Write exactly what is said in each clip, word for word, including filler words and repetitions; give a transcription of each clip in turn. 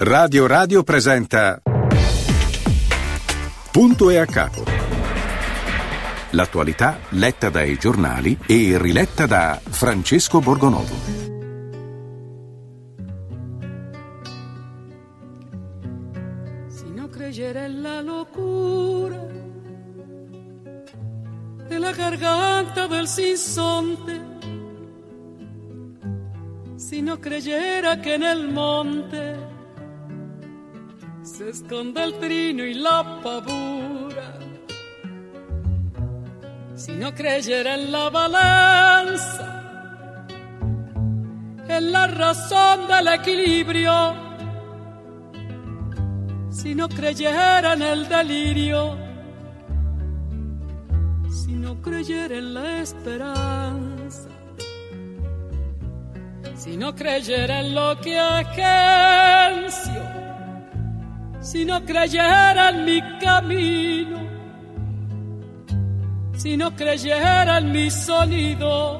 Radio Radio presenta Punto e a capo. L'attualità letta dai giornali e riletta da Francesco Borgonovo. Si no creyera en la locura de la garganta del sinsonte, si no creyera que en el monte se esconde el trino y la pavura, si no creyera en la balanza, en la razón del equilibrio, si no creyera en el delirio, si no creyera en la esperanza, si no creyera en lo que agencio, si no creyera en mi camino, si no creyera en mi sonido,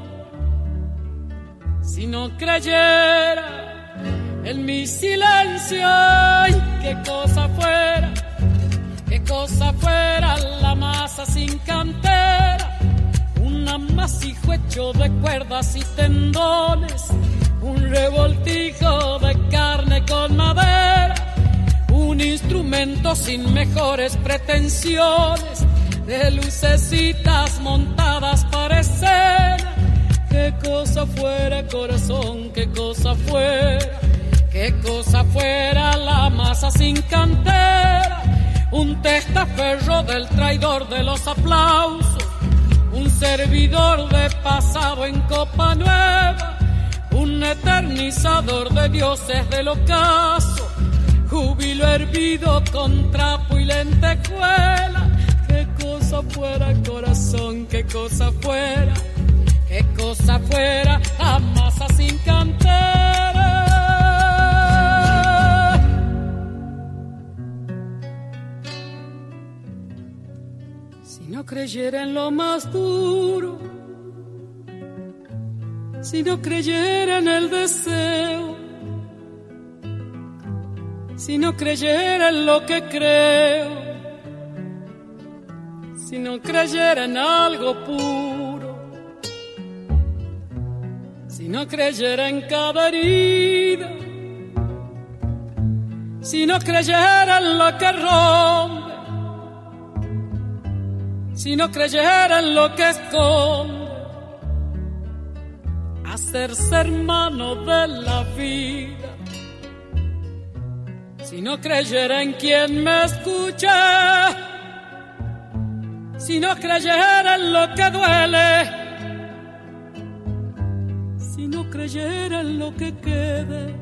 si no creyera en mi silencio, ay, qué cosa fuera, qué cosa fuera la masa sin cantera, un amasijo hecho de cuerdas y tendones, un revoltijo de carne con madera, un instrumento sin mejores pretensiones, de lucecitas montadas para escena. Qué cosa fuera, corazón, qué cosa fuera, qué cosa fuera la masa sin cantera, un testaferro del traidor de los aplausos, un servidor de pasado en copa nueva, un eternizador de dioses del ocaso, júbilo hervido con trapo y lentejuela. Qué cosa fuera, corazón, qué cosa fuera, qué cosa fuera la masa sin cantera. Si no creyera en lo más duro, si no creyera en el deseo, si no creyera en lo que creo, si no creyera en algo puro, si no creyera en cada herida, si no creyera en lo que rompe, si no creyera en lo que esconde, hacerse hermano de la vida, si no creyera en quien me escucha, si no creyera en lo que duele, si no creyera en lo que quede,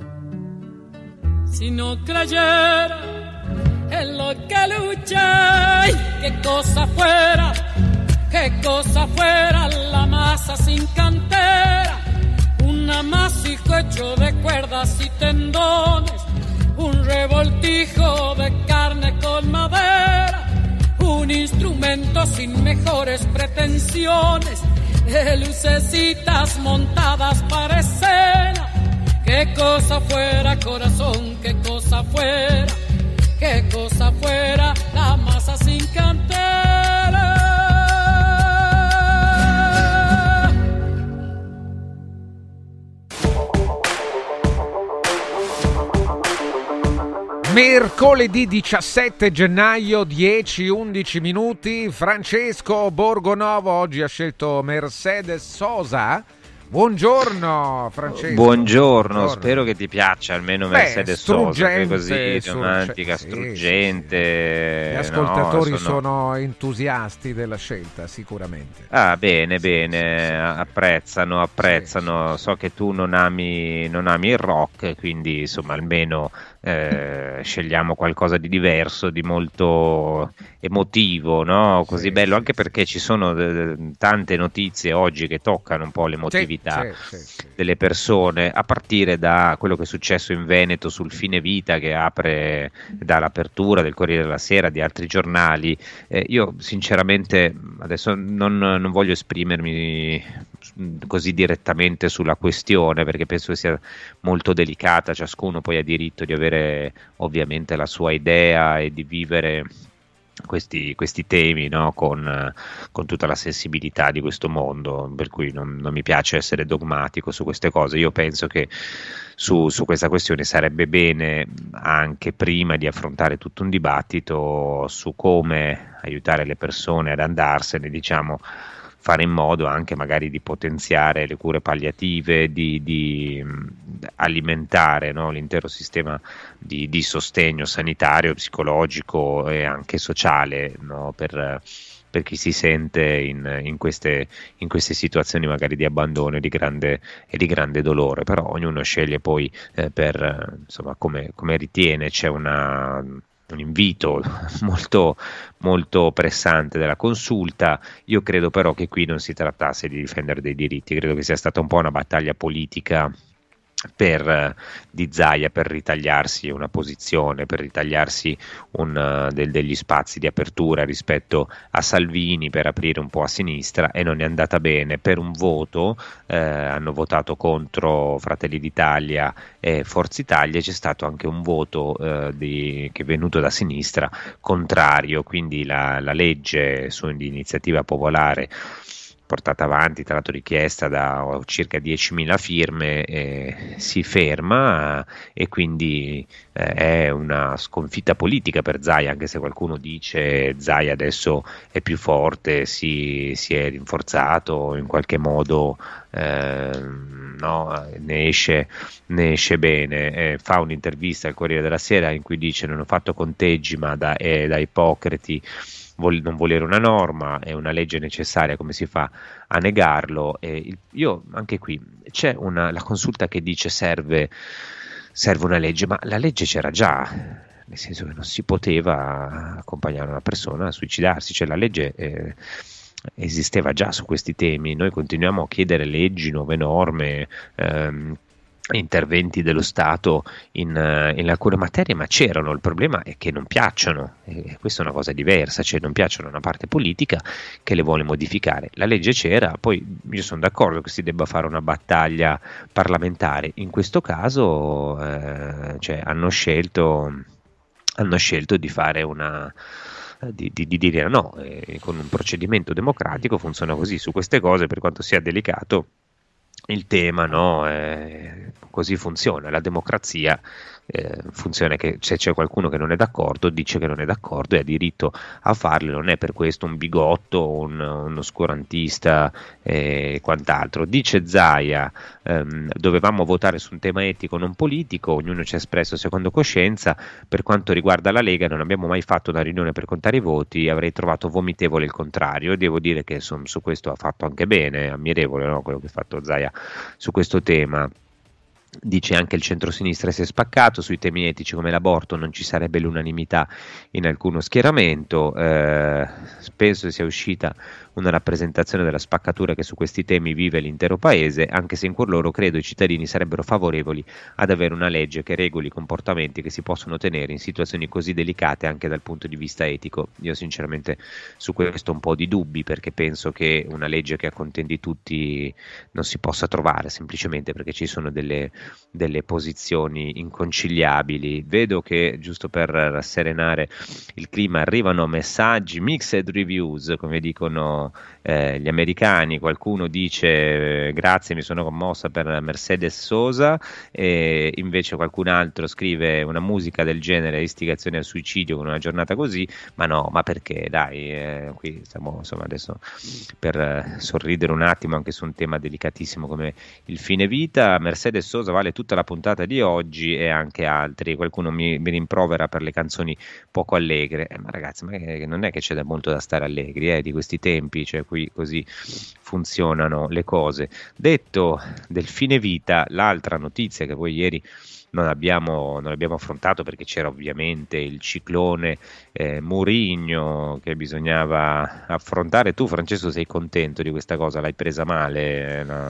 si no creyera en lo que lucha, ay, qué cosa fuera, qué cosa fuera la masa sin cantera, un amasijo hecho de cuerdas y tendones, un revoltijo de carne con madera, un instrumento sin mejores pretensiones, de lucecitas montadas para escena. Qué cosa fuera, corazón, qué cosa fuera, qué cosa fuera la masa sin cantera. Mercoledì diciassette gennaio, dieci undici minuti. Francesco Borgonovo oggi ha scelto Mercedes Sosa. Buongiorno Francesco. Buongiorno, Buongiorno. Spero che ti piaccia almeno Beh, Mercedes Sosa, che è così surge- romantica, sì, sì, struggente. sì. Gli ascoltatori no, sono... sono entusiasti della scelta, sicuramente. Ah, bene, Sì, bene, sì, sì. apprezzano, apprezzano. Sì, So che tu non ami, non ami il rock, quindi insomma almeno eh, scegliamo qualcosa di diverso, di molto emotivo, no? Così sì, bello, sì, anche sì. perché ci sono eh, tante notizie oggi che toccano un po' l'emotività vita sì, sì, sì. delle persone, a partire da quello che è successo in Veneto sul Fine Vita, che apre dall'apertura del Corriere della Sera, di altri giornali. Eh, io sinceramente adesso non, non voglio esprimermi così direttamente sulla questione, perché penso che sia molto delicata, ciascuno poi ha diritto di avere ovviamente la sua idea e di vivere questi, questi temi, no? con, con tutta la sensibilità di questo mondo, per cui non, non mi piace essere dogmatico su queste cose. Io penso che su, su questa questione sarebbe bene, anche prima di affrontare tutto un dibattito su come aiutare le persone ad andarsene, diciamo, fare in modo anche magari di potenziare le cure palliative, di, di alimentare, no, l'intero sistema di, di sostegno sanitario, psicologico e anche sociale, no, per, per chi si sente in, in, queste, in queste situazioni magari di abbandono e di grande, e di grande dolore. Però ognuno sceglie poi eh, per, insomma, come, come ritiene. C'è una... un invito molto, molto pressante della consulta. Io credo però che qui non si trattasse di difendere dei diritti, credo che sia stata un po' una battaglia politica per, di Zaia, per ritagliarsi una posizione, per ritagliarsi un, del, degli spazi di apertura rispetto a Salvini, per aprire un po' a sinistra, e non è andata bene. Per un voto eh, hanno votato contro Fratelli d'Italia e Forza Italia, c'è stato anche un voto eh, di, che è venuto da sinistra contrario, quindi la, la legge su di iniziativa popolare portata avanti, tra l'altro richiesta da circa diecimila firme, eh, si ferma, e quindi eh, è una sconfitta politica per Zaia, anche se qualcuno dice Zaia adesso è più forte, si, si è rinforzato in qualche modo, eh, no, ne esce, ne esce bene. Eh, fa un'intervista al Corriere della Sera in cui dice: non ho fatto conteggi, ma da, è da ipocriti non volere una norma, è una legge necessaria, come si fa a negarlo? E il, io anche qui c'è una, la consulta che dice serve, serve una legge, ma la legge c'era già, nel senso che non si poteva accompagnare una persona a suicidarsi, cioè la legge eh, esisteva già su questi temi. Noi continuiamo a chiedere leggi, nuove norme, ehm, interventi dello Stato in, in alcune materie, ma c'erano. Il problema è che non piacciono, e questa è una cosa diversa, cioè non piacciono a una parte politica che le vuole modificare. La legge c'era, poi io sono d'accordo che si debba fare una battaglia parlamentare. In questo caso eh, cioè, hanno scelto hanno scelto di fare una Di, di, di dire no, eh, con un procedimento democratico funziona così. Su queste cose, per quanto sia delicato il tema, no, eh, così funziona la democrazia. Eh, funziona che se c'è qualcuno che non è d'accordo, dice che non è d'accordo e ha diritto a farlo, non è per questo un bigotto, un, un oscurantista e eh, quant'altro. Dice Zaia: ehm, dovevamo votare su un tema etico, non politico, ognuno ci ha espresso secondo coscienza. Per quanto riguarda la Lega, non abbiamo mai fatto una riunione per contare i voti, avrei trovato vomitevole il contrario. Devo dire che insomma, su questo ha fatto anche bene, ammirevole, no, quello che ha fatto Zaia su questo tema. Dice anche il centrosinistra si è spaccato sui temi etici come l'aborto, non ci sarebbe l'unanimità in alcuno schieramento. Eh, penso sia uscita una rappresentazione della spaccatura che su questi temi vive l'intero paese, anche se in cuor loro credo i cittadini sarebbero favorevoli ad avere una legge che regoli i comportamenti che si possono tenere in situazioni così delicate anche dal punto di vista etico. Io sinceramente su questo ho un po' di dubbi, perché penso che una legge che accontenti tutti non si possa trovare, semplicemente perché ci sono delle delle posizioni inconciliabili. Vedo che, giusto per rasserenare il clima, arrivano messaggi, mixed reviews, come dicono eh, gli americani. Qualcuno dice: grazie, mi sono commossa per Mercedes Sosa, e invece qualcun altro scrive: una musica del genere, istigazione al suicidio con una giornata così. Ma no, ma perché? Dai, eh, qui stiamo, insomma, adesso per eh, sorridere un attimo anche su un tema delicatissimo come il fine vita. Mercedes Sosa vale tutta la puntata di oggi e anche altri. Qualcuno mi, mi rimprovera per le canzoni poco allegre, eh, ma ragazzi, ma che, non è che c'è da molto da stare allegri eh, di questi tempi, cioè qui così funzionano le cose. Detto del fine vita, l'altra notizia che poi ieri non abbiamo, non abbiamo affrontato, perché c'era ovviamente il ciclone eh, Mourinho che bisognava affrontare. Tu, Francesco, sei contento di questa cosa? L'hai presa male? No?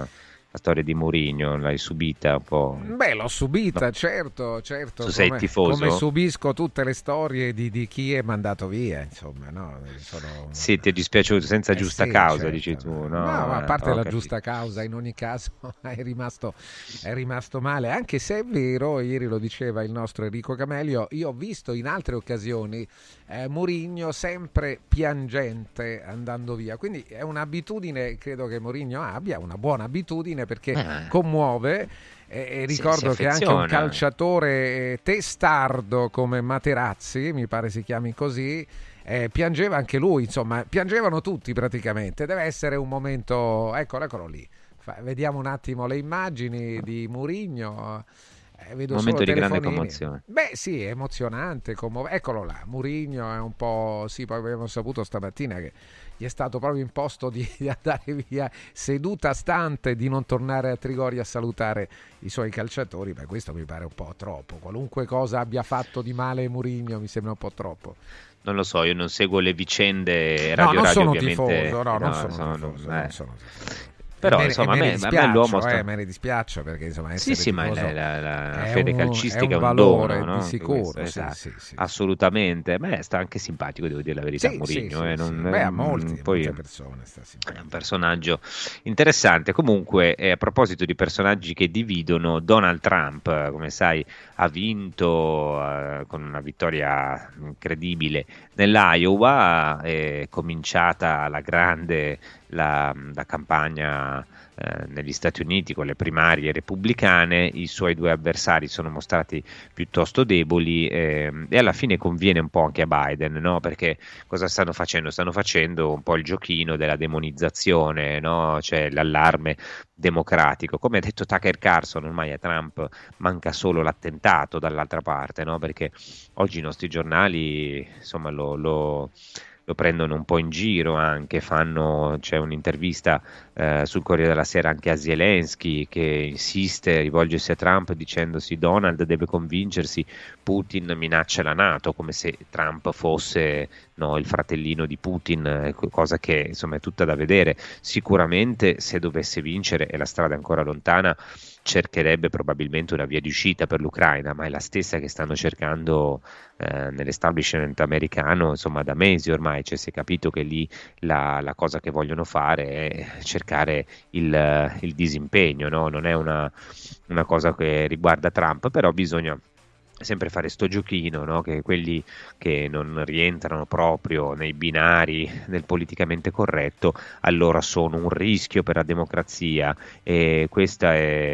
la storia di Mourinho, l'hai subita un po'? Beh, l'ho subita, no. certo, certo. Tu sei come, tifoso? Come subisco tutte le storie di, di chi è mandato via, insomma, no? Sono... Sì, ti è dispiaciuto senza eh giusta sì, causa, certo. dici tu, no? No, ma a parte eh, la capito. giusta causa, in ogni caso è rimasto, è rimasto male, anche se è vero, ieri lo diceva il nostro Enrico Camelio, io ho visto in altre occasioni eh, Mourinho sempre piangente andando via, quindi è un'abitudine, credo che Mourinho abbia, una buona abitudine perché Eh. commuove. E, e ricordo si che anche un affeziona. calciatore testardo come Materazzi, mi pare si chiami così, eh, piangeva anche lui, insomma, piangevano tutti praticamente. Deve essere un momento, eccolo, eccolo lì. Fa, vediamo un attimo le immagini di Mourinho. Eh, vedo Un momento solo di grande telefonini. commozione. Beh, sì, è emozionante. Commo- eccolo là, Mourinho è un po'. Sì, poi abbiamo saputo stamattina che gli è stato proprio imposto di, di andare via seduta stante, di non tornare a Trigoria a salutare i suoi calciatori. Beh, questo mi pare un po' troppo. Qualunque cosa abbia fatto di male Mourinho mi sembra un po' troppo. Non lo so, io non seguo le vicende. No, Radio non Radio sono ovviamente. tifoso, no, non no, sono sono- tifoso, eh. non sono tifoso. Però E me- insomma, e a me me, ne a me dispiaccio, l'uomo sta... eh, me ne dispiaccio perché insomma Sì, essere sì, ma tifoso la, la- la è fede un- calcistica è è un un, valore dono, no? di sicuro, Questo, sì, esatto. sì, sì. Assolutamente. A me sta anche simpatico, devo dire la verità, Sì, Mourinho. sì, eh, sì, non- sì. Beh, a mm, molti, poi molte persone sta è simpatico. un personaggio interessante. Comunque, eh, a proposito di personaggi che dividono, Donald Trump, eh, come sai, ha vinto eh, con una vittoria incredibile nell'Iowa, è cominciata la grande la, la campagna eh, negli Stati Uniti con le primarie repubblicane. I suoi due avversari sono mostrati piuttosto deboli eh, e alla fine conviene un po' anche a Biden, no? Perché cosa stanno facendo? Stanno facendo un po' il giochino della demonizzazione, no? Cioè l'allarme democratico. Come ha detto Tucker Carlson, ormai a Trump manca solo l'attentato dall'altra parte, no? Perché oggi i nostri giornali insomma lo, lo, lo prendono un po' in giro anche, fanno, c'è un'intervista eh, sul Corriere della Sera anche a Zelensky che insiste a rivolgersi a Trump dicendosi Donald deve convincersi, Putin minaccia la NATO, come se Trump fosse no, il fratellino di Putin, eh, cosa che insomma è tutta da vedere. Sicuramente se dovesse vincere, e la strada è ancora lontana, cercherebbe probabilmente una via di uscita per l'Ucraina, ma è la stessa che stanno cercando eh, nell'establishment americano insomma da mesi ormai. Cioè, si è capito che lì la, la cosa che vogliono fare è cercare il, il disimpegno, no? Non è una, una cosa che riguarda Trump, però bisogna sempre fare sto giochino, no? Che quelli che non rientrano proprio nei binari del politicamente corretto allora sono un rischio per la democrazia, e questa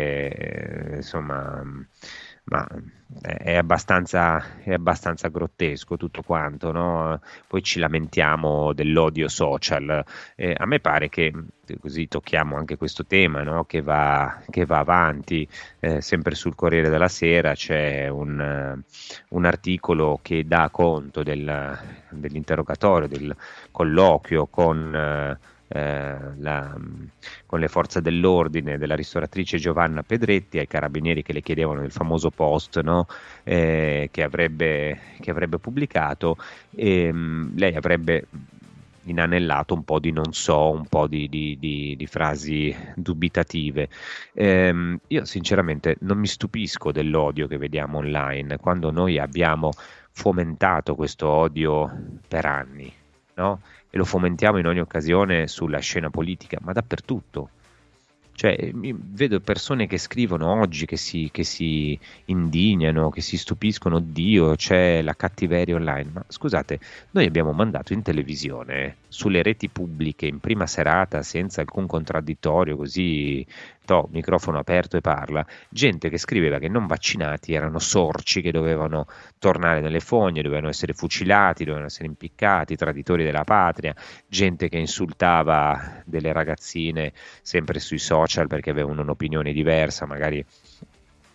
è insomma ma è abbastanza, è abbastanza grottesco tutto quanto, no? Poi ci lamentiamo dell'odio social. Eh, a me pare che, così tocchiamo anche questo tema, no? che, va, che va avanti, eh, sempre sul Corriere della Sera c'è un, uh, un articolo che dà conto del, dell'interrogatorio, del colloquio con... Uh, Eh, la, con le forze dell'ordine della ristoratrice Giovanna Pedretti ai carabinieri che le chiedevano del famoso post, no? eh, che, avrebbe, che avrebbe pubblicato, e mh, lei avrebbe inanellato un po' di non so, un po' di, di, di, di frasi dubitative. Eh, io sinceramente non mi stupisco dell'odio che vediamo online, quando noi abbiamo fomentato questo odio per anni, no? E lo fomentiamo in ogni occasione sulla scena politica, ma dappertutto. Cioè, vedo persone che scrivono oggi, che si, che si indignano, che si stupiscono, Dio, c'è la cattiveria online. Ma scusate, noi abbiamo mandato in televisione, sulle reti pubbliche, in prima serata, senza alcun contraddittorio, così, to, microfono aperto e parla, gente che scriveva che non vaccinati erano sorci, che dovevano tornare nelle fogne, dovevano essere fucilati, dovevano essere impiccati, traditori della patria, gente che insultava delle ragazzine sempre sui social perché avevano un'opinione diversa, magari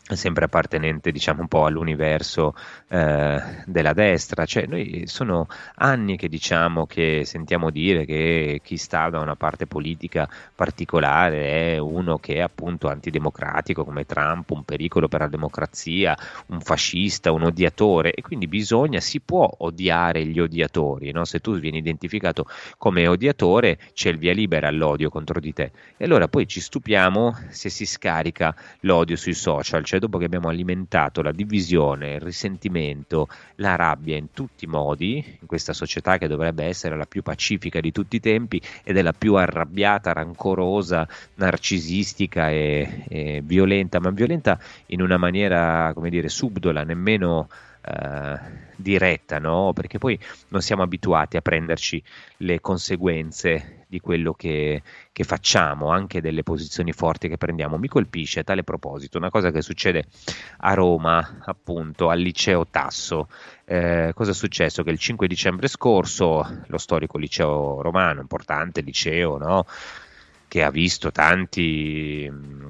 sempre appartenente, diciamo, un po' all'universo eh, della destra. Cioè, noi sono anni che diciamo che sentiamo dire che chi sta da una parte politica particolare è uno che è appunto antidemocratico come Trump, un pericolo per la democrazia, un fascista, un odiatore, e quindi bisogna, si può odiare gli odiatori, no? Se tu vieni identificato come odiatore c'è il via libera all'odio contro di te, e allora poi ci stupiamo se si scarica l'odio sui social, cioè dopo che abbiamo alimentato la divisione, il risentimento, la rabbia in tutti i modi, in questa società che dovrebbe essere la più pacifica di tutti i tempi ed è la più arrabbiata, rancorosa, narcisistica e, e violenta, ma violenta in una maniera, come dire, subdola, nemmeno Uh, diretta, no? Perché poi non siamo abituati a prenderci le conseguenze di quello che, che facciamo, anche delle posizioni forti che prendiamo. Mi colpisce a tale proposito una cosa che succede a Roma, appunto al liceo Tasso. Eh, cosa è successo? Che il cinque dicembre scorso lo storico liceo romano, importante liceo, no? Che ha visto tanti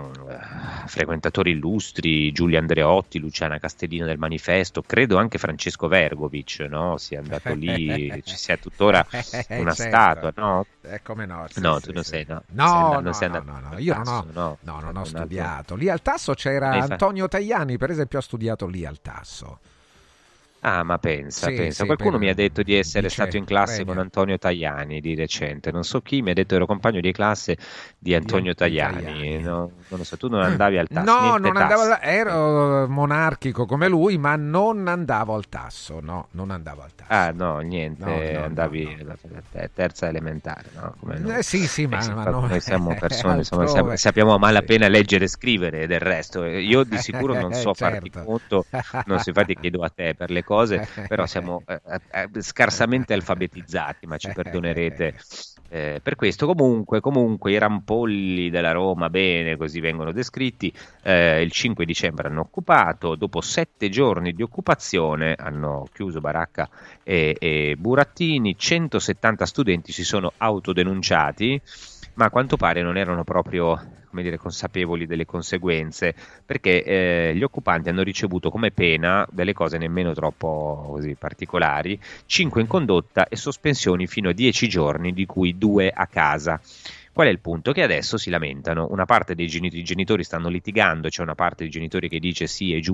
mh, frequentatori illustri, Giulio Andreotti, Luciana Castellino del Manifesto, credo anche Francesco Vergovic, no? Si è andato lì, ci sia tuttora una certo. statua, no? Eh, come no? Sì, no, sì, tu non sì. sei, no? No, sei andato, no, non sei no, andato no, no, io non ho, no, no, non ho un studiato. altro... Lì al Tasso c'era Hai fa- Antonio Tajani, per esempio, ha studiato lì al Tasso. Ah, ma pensa, Sì, pensa. sì, Qualcuno per- mi ha detto di essere dice stato in classe premio. con Antonio Tajani di recente. Non so chi mi ha detto ero compagno di classe di Antonio di Tajani. Tajani. No, non lo so, tu non andavi al Tasso. No, niente non andavo Tasso. al- ero monarchico come lui, ma non andavo al Tasso, no, non andavo al Tasso. Ah, no, niente, No, no, no, andavi no. alla alla terza elementare, no? Come no? Eh, sì, sì, ma, Eh sì, ma infatti no, noi siamo persone, insomma, altrove. siamo- sappiamo a malapena Sì. leggere e scrivere del resto. Io di sicuro non so farti Certo. conto, non so, infatti chiedo a te per le cose, però siamo eh, eh, scarsamente alfabetizzati, ma ci perdonerete eh, per questo. Comunque, comunque, i rampolli della Roma, bene, così vengono descritti, eh, il cinque dicembre hanno occupato, dopo sette giorni di occupazione hanno chiuso baracca e, e burattini, centosettanta studenti si sono autodenunciati, ma a quanto pare non erano proprio, come dire, consapevoli delle conseguenze, perché eh, gli occupanti hanno ricevuto come pena delle cose nemmeno troppo così particolari, cinque in condotta e sospensioni fino a dieci giorni, di cui due a casa. Qual è il punto? Che adesso si lamentano, una parte dei genitori, i genitori stanno litigando, c'è una parte dei genitori che dice sì, è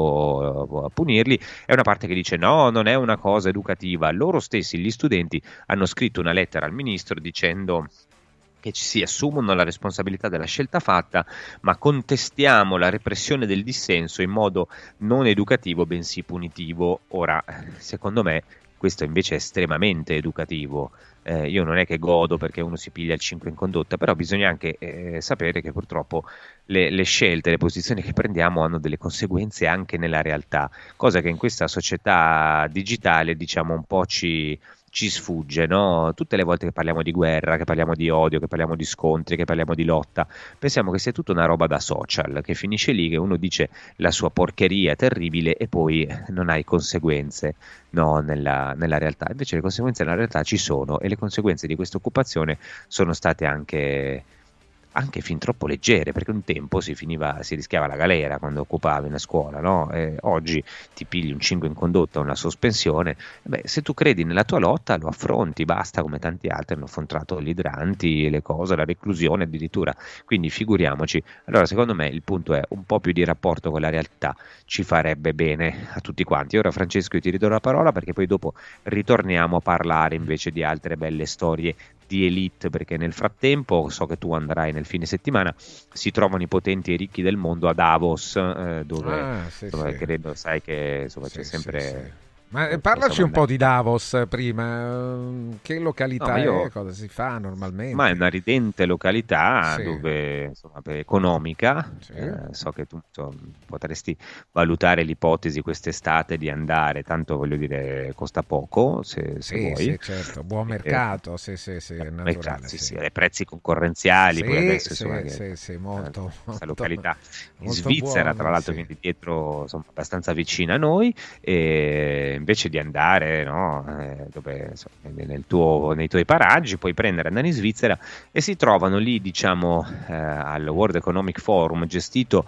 giusto uh, punirli, e una parte che dice no, non è una cosa educativa. Loro stessi, gli studenti, hanno scritto una lettera al ministro dicendo che ci si assumono la responsabilità della scelta fatta, ma contestiamo la repressione del dissenso in modo non educativo bensì punitivo. Ora, secondo me, questo invece è estremamente educativo. Eh, io non è che godo perché uno si piglia il cinque in condotta, però bisogna anche eh, sapere che purtroppo le, le scelte, le posizioni che prendiamo hanno delle conseguenze anche nella realtà, cosa che in questa società digitale, diciamo, un po' ci... ci sfugge, no? Tutte le volte che parliamo di guerra, che parliamo di odio, che parliamo di scontri, che parliamo di lotta, pensiamo che sia tutta una roba da social, che finisce lì, che uno dice la sua porcheria terribile e poi non hai conseguenze, no, nella, nella realtà. Invece le conseguenze nella realtà ci sono, e le conseguenze di questa occupazione sono state anche... anche fin troppo leggere, perché un tempo si finiva, si rischiava la galera quando occupavi una scuola, no? E oggi ti pigli un cinque in condotta, una sospensione. Beh, se tu credi nella tua lotta lo affronti, basta, come tanti altri hanno affrontato gli idranti, le cose, la reclusione addirittura, quindi figuriamoci. Allora secondo me il punto è un po' più di rapporto con la realtà, ci farebbe bene a tutti quanti. Ora Francesco io ti ridò la parola perché poi dopo ritorniamo a parlare invece di altre belle storie di elite, perché nel frattempo so che tu andrai nel fine settimana, si trovano i potenti e ricchi del mondo a Davos, eh, dove, Ah, sì, dove sì. credo sai che insomma Sì, c'è sì, sempre sì. Ma eh, parlaci un po' di Davos prima, che località No, ma io- è, cosa si fa normalmente? ma è una ridente località Sì. dove insomma per- economica. Sì. Eh, so che tu insomma, potresti valutare l'ipotesi quest'estate di andare, tanto voglio dire costa poco se, se Sì, vuoi. sì, certo, buon mercato, sì, sì, sì, è Eh, naturale. sì, sì. sì, ai prezzi concorrenziali, Sì, poi adesso sì, insomma, che- sì, sì, molto, eh, questa molto- località in molto Svizzera, buono, tra l'altro, sì. quindi dietro insomma abbastanza vicina a noi, e invece di andare no, eh, dove, insomma, nel tuo, nei tuoi paraggi, puoi prendere, andare in Svizzera, e si trovano lì, diciamo, eh, al World Economic Forum, gestito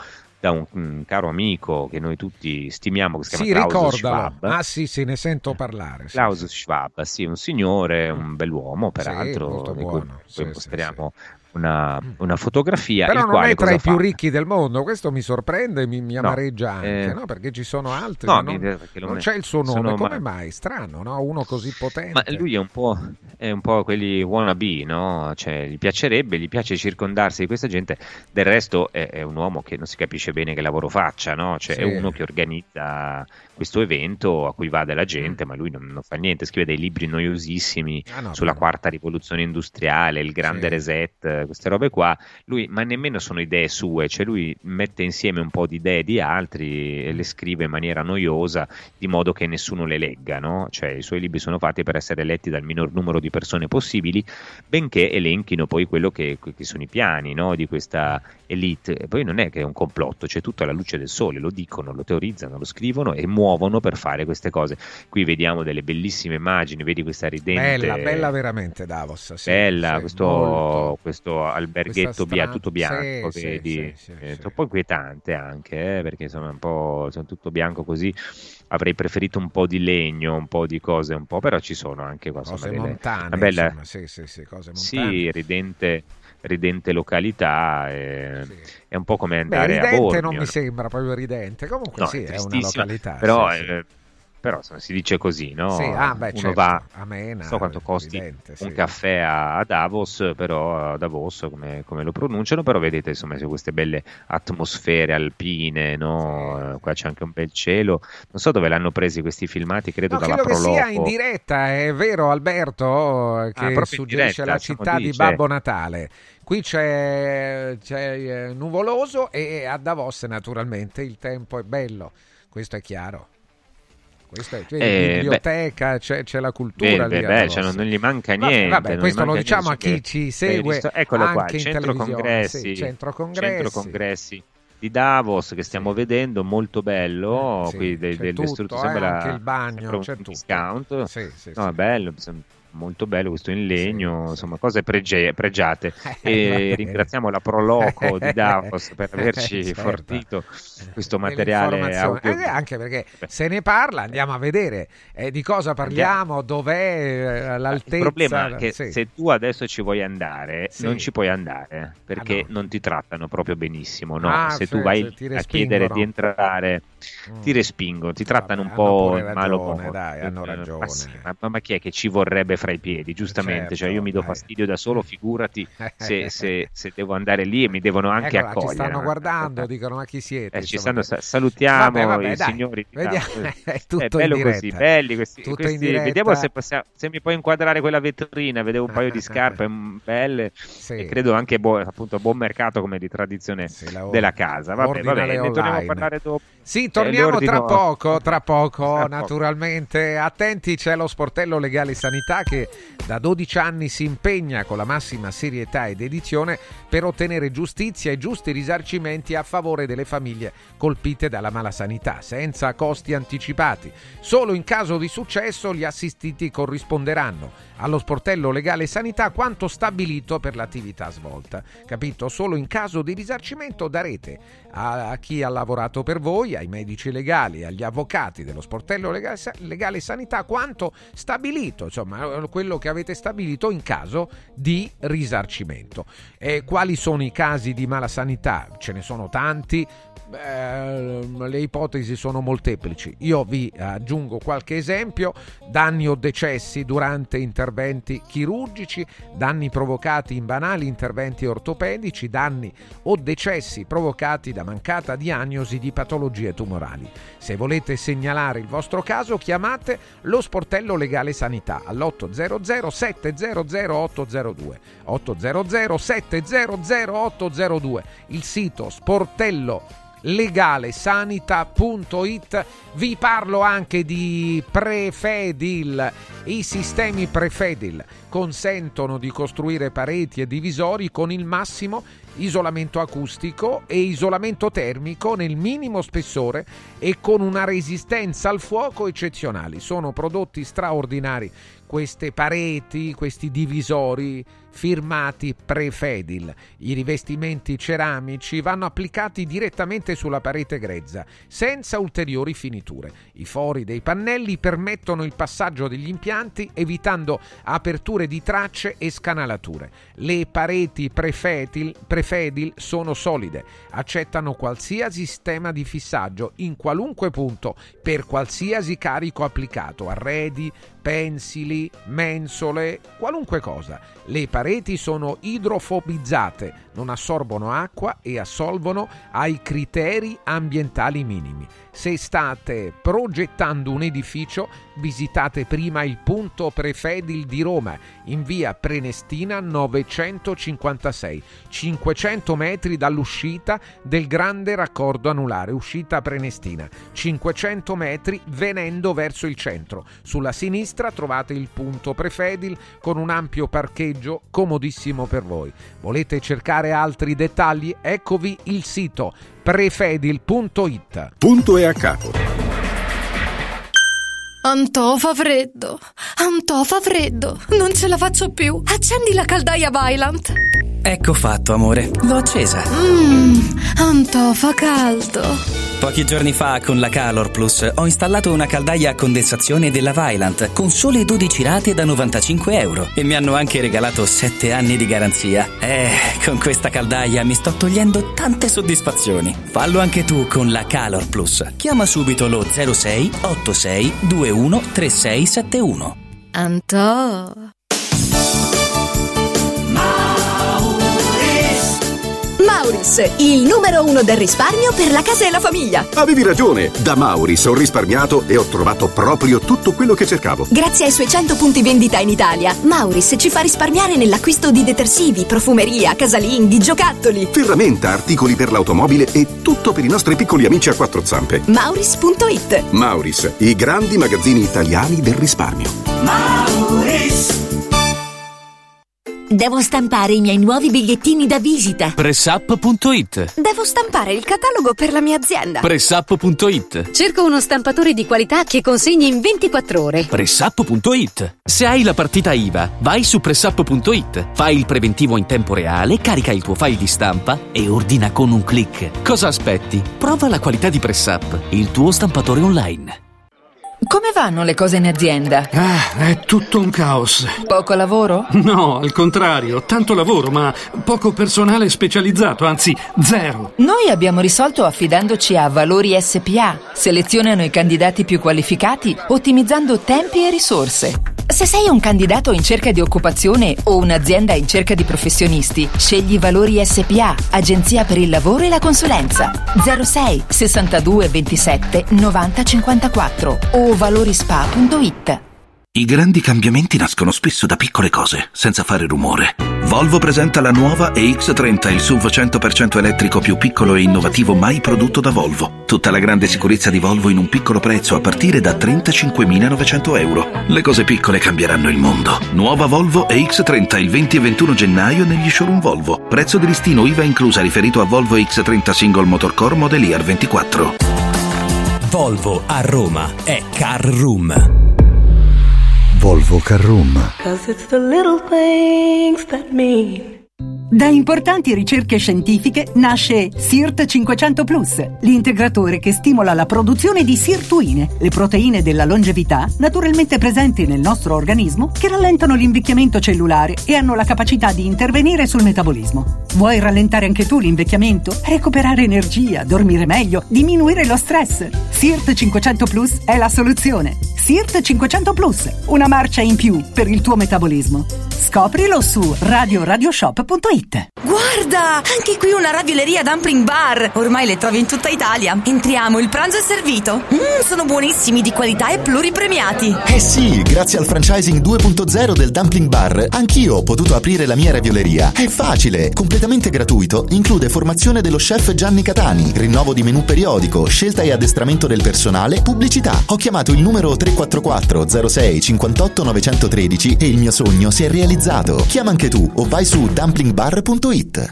da un, un caro amico che noi tutti stimiamo, che si chiama sì, Klaus ricordalo. Schwab. Ah sì, sì, ne sento parlare. Sì, Klaus sì. Schwab, sì, un signore, un bell'uomo, peraltro, Sì, molto di cui buono. poi Sì, mostriamo sì, sì. una, una fotografia, Però il non quale è tra cosa i più fa? ricchi del mondo, questo mi sorprende e mi, mi No, amareggia anche, eh, no? Perché ci sono altri, no, ma mi- non, perché lo non me- c'è il suo nome. sono Come ma- mai? Strano, no? Uno così Ma potente. lui è un po', è un po' quelli wannabe, no? Cioè, gli piacerebbe, gli piace circondarsi di questa gente. Del resto è, è un uomo che non si capisce bene che lavoro faccia, no? Cioè, è Sì. uno che organizza questo evento a cui va della gente, Mm. ma lui non, non fa niente, scrive dei libri noiosissimi Ah, no, sulla però. quarta rivoluzione industriale, il grande Sì. reset, queste robe qua. Lui, ma nemmeno sono idee sue, cioè lui mette insieme un po' di idee di altri e le scrive in maniera noiosa, di modo che nessuno le legga, no? Cioè, i suoi libri sono fatti per essere letti dal minor numero di persone possibili, benché elenchino poi quello che, che sono i piani, no? Di questa elite. E poi non è che è un complotto, c'è tutto alla luce del sole, lo dicono, lo teorizzano, lo scrivono e muovono per fare queste cose. Qui vediamo delle bellissime immagini, vedi questa ridente, Bella, bella veramente Davos. Sì, bella, sì, questo, molto. questo alberghetto Questa via, stra- tutto bianco, sì, sì, vedi. sì, sì, È sì. un po' inquietante anche, eh, perché insomma un po' sono tutto bianco così. Avrei preferito un po' di legno, un po' di cose, un po', però ci sono anche qua, insomma, Cose delle- montane, una bella, insomma, sì, sì, sì, cose montane. sì, ridente, ridente località. eh, Sì. È un po' come Beh, andare a ridente Bormio. non mi no? sembra proprio ridente. Comunque No, sì, è è una tristissima, località. però, sì, sì. eh, però insomma, si dice così, no? Sì, ah, beh, Uno certo, va, amena, non so quanto costi ridente, sì. un caffè a, a Davos, però a Davos come, come lo pronunciano, però vedete insomma c'è queste belle atmosfere alpine, no? Sì. Eh, Qua c'è anche un bel cielo. Non so dove l'hanno presi questi filmati, credo No, dalla credo che sia in Proloco. diretta, è vero Alberto, che proprio in suggerisce diretta, la siamo città lì, di c'è- Babbo Natale. Qui c'è, c'è eh, nuvoloso e a Davos naturalmente il tempo è bello, questo è chiaro. Questo è, c'è Eh, biblioteca, c'è, c'è la cultura Beh, lì a beh, Davos. cioè, non, non gli manca Vabbè, niente. vabbè, non gli questo lo manca diciamo a niente, chi ci hai segue visto? Eccolo qua, anche il in centro televisione. congressi, Sì, centro congressi. centro congressi di Davos che stiamo Sì. vedendo, molto bello. Sì, Qui del, c'è del tutto, distrutto eh, sembra, anche il bagno, sembra un c'è tutto. discount. Sì, sì, No, sì. è bello, sem- molto bello questo in legno, Sì, insomma, sì. cose prege- pregiate. Eh, va E bene. ringraziamo la Proloco di Davos per averci Certo. fornito questo E materiale l'informazione. audio. Eh, anche perché Beh. se ne parla, andiamo a vedere eh, di cosa parliamo, dov'è eh, l'altezza. Il problema è che sì. se tu adesso ci vuoi andare, Sì. non ci puoi andare perché Ah, no. non ti trattano proprio benissimo. No? Ah, se cioè, tu vai cioè, ti a chiedere respingono. di entrare, Mm. ti respingono, ti trattano Vabbè, un hanno po' pure in malo ragione, modo. dai, hanno Eh, ragione. Ma, sì, ma, ma chi è che ci vorrebbe fra i piedi? Giustamente, Certo, cioè io mi do dai. fastidio da solo, figurati se, se- se devo andare lì e mi devono anche Eccola, accogliere. ci stanno Ma- guardando, dicono ma chi siete? eh, ci Insomma, stanno, sa- salutiamo Vabbè, vabbè, i dai, signori di vediamo, Davos. è tutto È bello in così, diretta. belli questi, Tutto questi- in diretta. vediamo se, possiamo- se mi puoi inquadrare quella vetrina, vedevo un paio di scarpe mm, belle Sì. e credo anche buo- appunto buon mercato come di tradizione Sì, la or- della casa. Vabbè, ordinale vabbè, ne torniamo a online. parlare dopo. Sì, Eh, torniamo le ordino- tra poco, tra poco, Tra poco. naturalmente. Attenti, c'è lo sportello Legale Sanità che da dodici anni si impegna con la massima serietà ed dedizione per ottenere giustizia e giusti risarcimenti a favore delle famiglie colpite dalla malasanità, senza costi anticipati. Solo in caso di successo gli assistiti corrisponderanno allo sportello Legale Sanità quanto stabilito per l'attività svolta. Capito? Solo in caso di risarcimento darete a, a chi ha lavorato per voi, ai medici legali, agli avvocati dello sportello Legale, Legale Sanità quanto stabilito, insomma, quello che avete stabilito in caso di risarcimento. E quali sono i casi di malasanità? Ce ne sono tanti. Beh, le ipotesi sono molteplici. Io vi aggiungo qualche esempio: danni o decessi durante interventi chirurgici, danni provocati in banali interventi ortopedici, danni o decessi provocati da mancata diagnosi di patologie tumorali. Se volete segnalare il vostro caso, chiamate lo sportello Legale Sanità all'otto zero zero sette zero zero otto zero due otto zero zero sette zero zero otto zero due, il sito sportello legalesanita punto it. Vi parlo anche di Prefedil, I sistemi Prefedil consentono di costruire pareti e divisori con il massimo isolamento acustico e isolamento termico nel minimo spessore e con una resistenza al fuoco eccezionali. Sono prodotti straordinari queste pareti, questi divisori firmati Prefedil. I rivestimenti ceramici vanno applicati direttamente sulla parete grezza, senza ulteriori finiture. I fori dei pannelli permettono il passaggio degli impianti, evitando aperture di tracce e scanalature. Le pareti Prefedil, Prefedil sono solide, accettano qualsiasi sistema di fissaggio in qualunque punto per qualsiasi carico applicato, arredi, pensili, mensole, qualunque cosa. Le pareti sono idrofobizzate, non assorbono acqua e assolvono ai criteri ambientali minimi. Se state progettando un edificio, visitate prima il punto Prefedil di Roma, in via Prenestina novecentocinquantasei, cinquecento metri dall'uscita del grande raccordo anulare, uscita Prenestina, cinquecento metri venendo verso il centro. Sulla sinistra trovate il punto Prefedil con un ampio parcheggio comodissimo per voi. Volete cercare altri dettagli? Eccovi il sito prefedil punto it. Punto e a capo. Antò fa freddo, Antò fa freddo, non ce la faccio più. Accendi la caldaia Vaillant. Ecco fatto, amore, l'ho accesa. Mmm, Antò fa caldo. Pochi giorni fa con la Calor Plus ho installato una caldaia a condensazione della Vaillant con sole dodici rate da novantacinque euro e mi hanno anche regalato sette anni di garanzia. Eh, con questa caldaia mi sto togliendo tante soddisfazioni. Fallo anche tu con la Calor Plus. Chiama subito lo zero sei otto sei due uno tre sei sette uno. Antò. Mauris, il numero uno del risparmio per la casa e la famiglia. Avevi ragione, da Mauris ho risparmiato e ho trovato proprio tutto quello che cercavo. Grazie ai suoi cento punti vendita in Italia, Mauris ci fa risparmiare nell'acquisto di detersivi, profumeria, casalinghi, giocattoli, ferramenta, articoli per l'automobile e tutto per i nostri piccoli amici a quattro zampe. Mauris punto it. Mauris, i grandi magazzini italiani del risparmio. Mauris. Devo stampare i miei nuovi bigliettini da visita. Pressup punto it. Devo stampare il catalogo per la mia azienda. Pressup punto it. Cerco uno stampatore di qualità che consegni in ventiquattro ore. Pressup punto it. Se hai la partita I V A, vai su Pressup punto it, fai il preventivo in tempo reale, carica il tuo file di stampa e ordina con un click. Cosa aspetti? Prova la qualità di Pressup, il tuo stampatore online. Come vanno le cose in azienda? Ah, è tutto un caos. Poco lavoro? No, al contrario, tanto lavoro, ma poco personale specializzato, anzi zero. Noi abbiamo risolto affidandoci a Valori S P A. Selezionano i candidati più qualificati, ottimizzando tempi e risorse. Se sei un candidato in cerca di occupazione o un'azienda in cerca di professionisti, scegli Valori S P A, agenzia per il lavoro e la consulenza. zero sei sessantadue ventisette novanta cinquantaquattro o valorispa punto it. I grandi cambiamenti nascono spesso da piccole cose, senza fare rumore. Volvo presenta la nuova E X trenta, il S U V cento per cento elettrico più piccolo e innovativo mai prodotto da Volvo. Tutta la grande sicurezza di Volvo in un piccolo prezzo a partire da trentacinquemilanovecento euro. Le cose piccole cambieranno il mondo. Nuova Volvo E X trenta il venti e ventuno gennaio negli showroom Volvo. Prezzo di listino I V A inclusa riferito a Volvo E X trenta Single Motor Core Model Year ventiquattro. Volvo a Roma è Car Room. Volvo Car Room. Da importanti ricerche scientifiche nasce SIRT cinquecento plus, l'integratore che stimola la produzione di sirtuine, le proteine della longevità naturalmente presenti nel nostro organismo che rallentano l'invecchiamento cellulare e hanno la capacità di intervenire sul metabolismo. Vuoi rallentare anche tu l'invecchiamento? Recuperare energia, dormire meglio, diminuire lo stress? SIRT cinquecento plus è la soluzione. SIRT cinquecento plus, una marcia in più per il tuo metabolismo. Scoprilo su radio radioshop punto it. Guarda, anche qui una ravioleria Dumpling Bar. Ormai le trovi in tutta Italia. Entriamo, il pranzo è servito. Mmm, sono buonissimi, di qualità e pluripremiati. Eh sì, grazie al franchising due punto zero del Dumpling Bar, anch'io ho potuto aprire la mia ravioleria. È facile, completamente gratuito, include formazione dello chef Gianni Catani, rinnovo di menù periodico, scelta e addestramento del personale, pubblicità. Ho chiamato il numero tre quattro quattro zero sei cinquantotto novecentotredici e il mio sogno si è realizzato. Chiama anche tu o vai su dumpling bar punto it.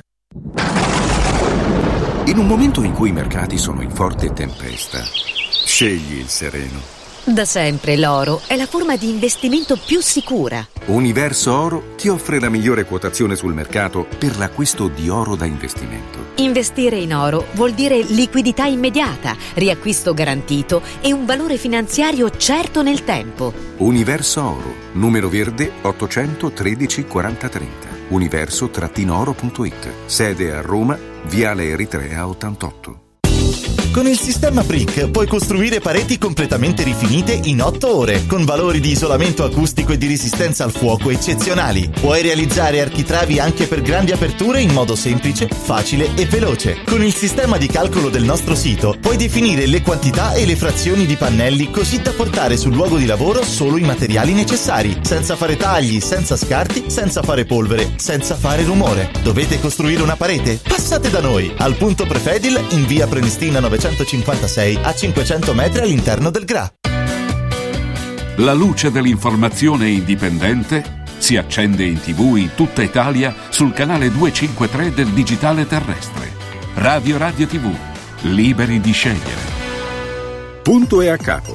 In un momento in cui i mercati sono in forte tempesta, scegli il sereno. Da sempre l'oro è la forma di investimento più sicura. Universo Oro ti offre la migliore quotazione sul mercato per l'acquisto di oro da investimento. Investire in oro vuol dire liquidità immediata, riacquisto garantito e un valore finanziario certo nel tempo. Universo Oro, numero verde ottocentotredici quaranta trenta. universo oro punto it. Sede a Roma, Viale Eritrea ottantotto. Con il sistema Brick puoi costruire pareti completamente rifinite in otto ore, con valori di isolamento acustico e di resistenza al fuoco eccezionali. Puoi realizzare architravi anche per grandi aperture in modo semplice, facile e veloce. Con il sistema di calcolo del nostro sito puoi definire le quantità e le frazioni di pannelli così da portare sul luogo di lavoro solo i materiali necessari, senza fare tagli, senza scarti, senza fare polvere, senza fare rumore. Dovete costruire una parete? Passate da noi, al punto Prefedil in via Prenestina novecentocinquantasei a cinquecento metri all'interno del G R A. La luce dell'informazione indipendente si accende in tivù in tutta Italia sul canale duecentocinquantatré del digitale terrestre. Radio Radio tivù, liberi di scegliere. Punto e a capo.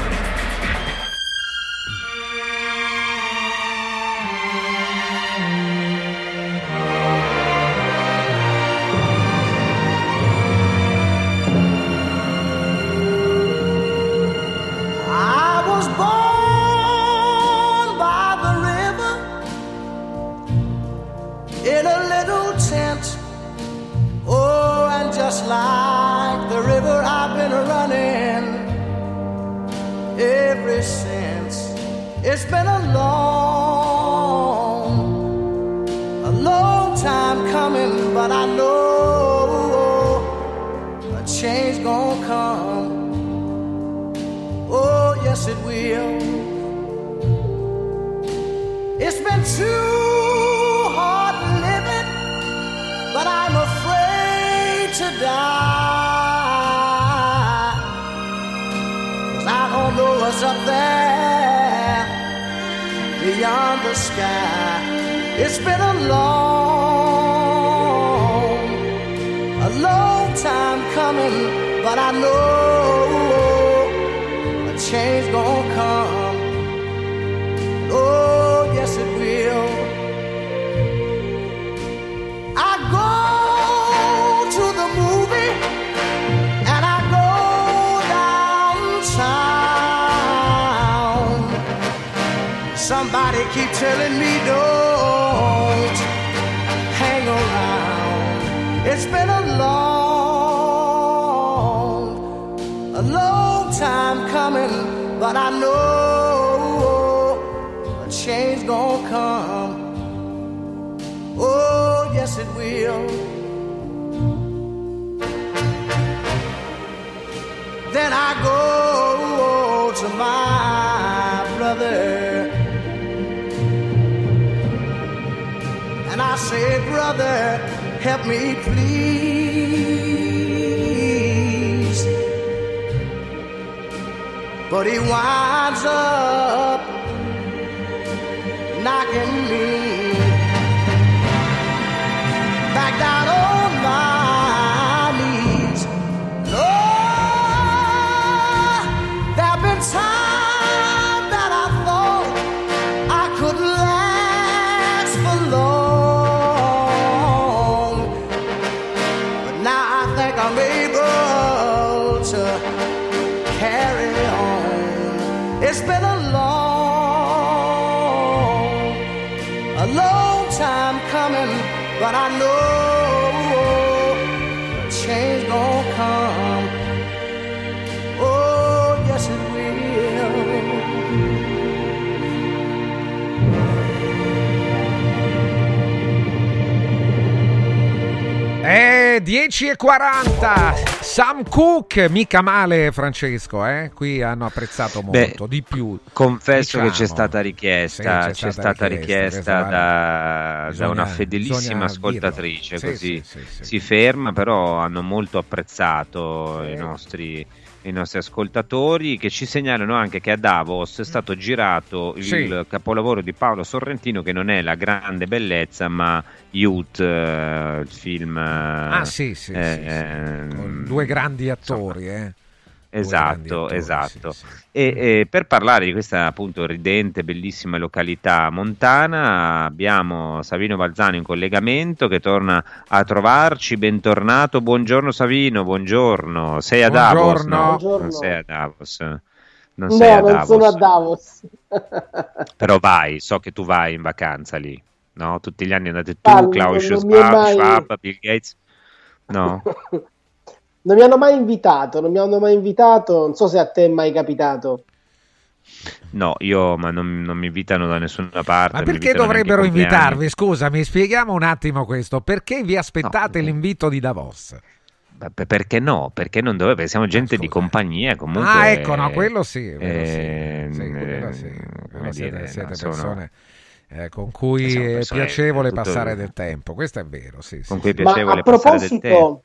It's been a long, a long time coming, but I know a change gonna come. Oh, yes it will. It's been too hard living, but I'm afraid to die, 'cause I don't know what's up there beyond the sky. It's been a long, a long time coming, but I know a change gonna come. Oh, yes it will. I go to the movie and I go downtown. Somebody keep telling me don't hang around. It's been a long, a long time coming, but I know a change gonna come. Oh, yes it will. Then I go to my brother and I say, brother, help me please. But he winds up knocking me back down on my knees. Lord, there've been times that I thought I could last for long, but now I think I'm able to carry on. It's been a long, a long time coming, but I know a change gonna come. Oh, yes it will. dieci e quaranta, Sam Cooke, mica male Francesco, eh? Qui hanno apprezzato molto. Beh, di più. Confesso diciamo. che c'è stata richiesta, sì, c'è, c'è stata, stata richiesta, richiesta da, bisogna, da una fedelissima ascoltatrice, sì, così sì, sì, sì. si ferma, però hanno molto apprezzato sì. i nostri... i nostri ascoltatori, che ci segnalano anche che a Davos è stato girato sì. il capolavoro di Paolo Sorrentino, che non è La grande bellezza ma Youth, eh, il film ah sì sì, eh, sì, sì. Con due grandi attori insomma. eh Esatto, attori, esatto. Sì, sì. E, e per parlare di questa appunto ridente, bellissima località montana abbiamo Savino Balzano in collegamento che torna a trovarci. Bentornato, buongiorno Savino, buongiorno. Sei a Davos? No, buongiorno. Non sei a Davos. Non no, sei a non Davos. sono a Davos. Però vai, so che tu vai in vacanza lì, no? Tutti gli anni andate tu, ah, Klaus non, Schwab, non mai... Schwab, Bill Gates. No. Non mi hanno mai invitato, non mi hanno mai invitato, non so se a te è mai capitato. No, io ma non, non mi invitano da nessuna parte. Ma perché dovrebbero invitarvi? Scusami, spieghiamo un attimo questo. Perché vi aspettate no, l'invito di Davos? Perché no? Perché non dovrebbe? Perché siamo gente ah, di compagnia comunque. Ah, ecco, no, quello sì. Quello eh, sì. Sì, quello sì. Quello siete, dire, siete no, persone... Eh, con cui è piacevole passare tutto... del tempo. Questo è vero, sì. Con sì, cui è sì. piacevole Ma a passare del tempo. proposito...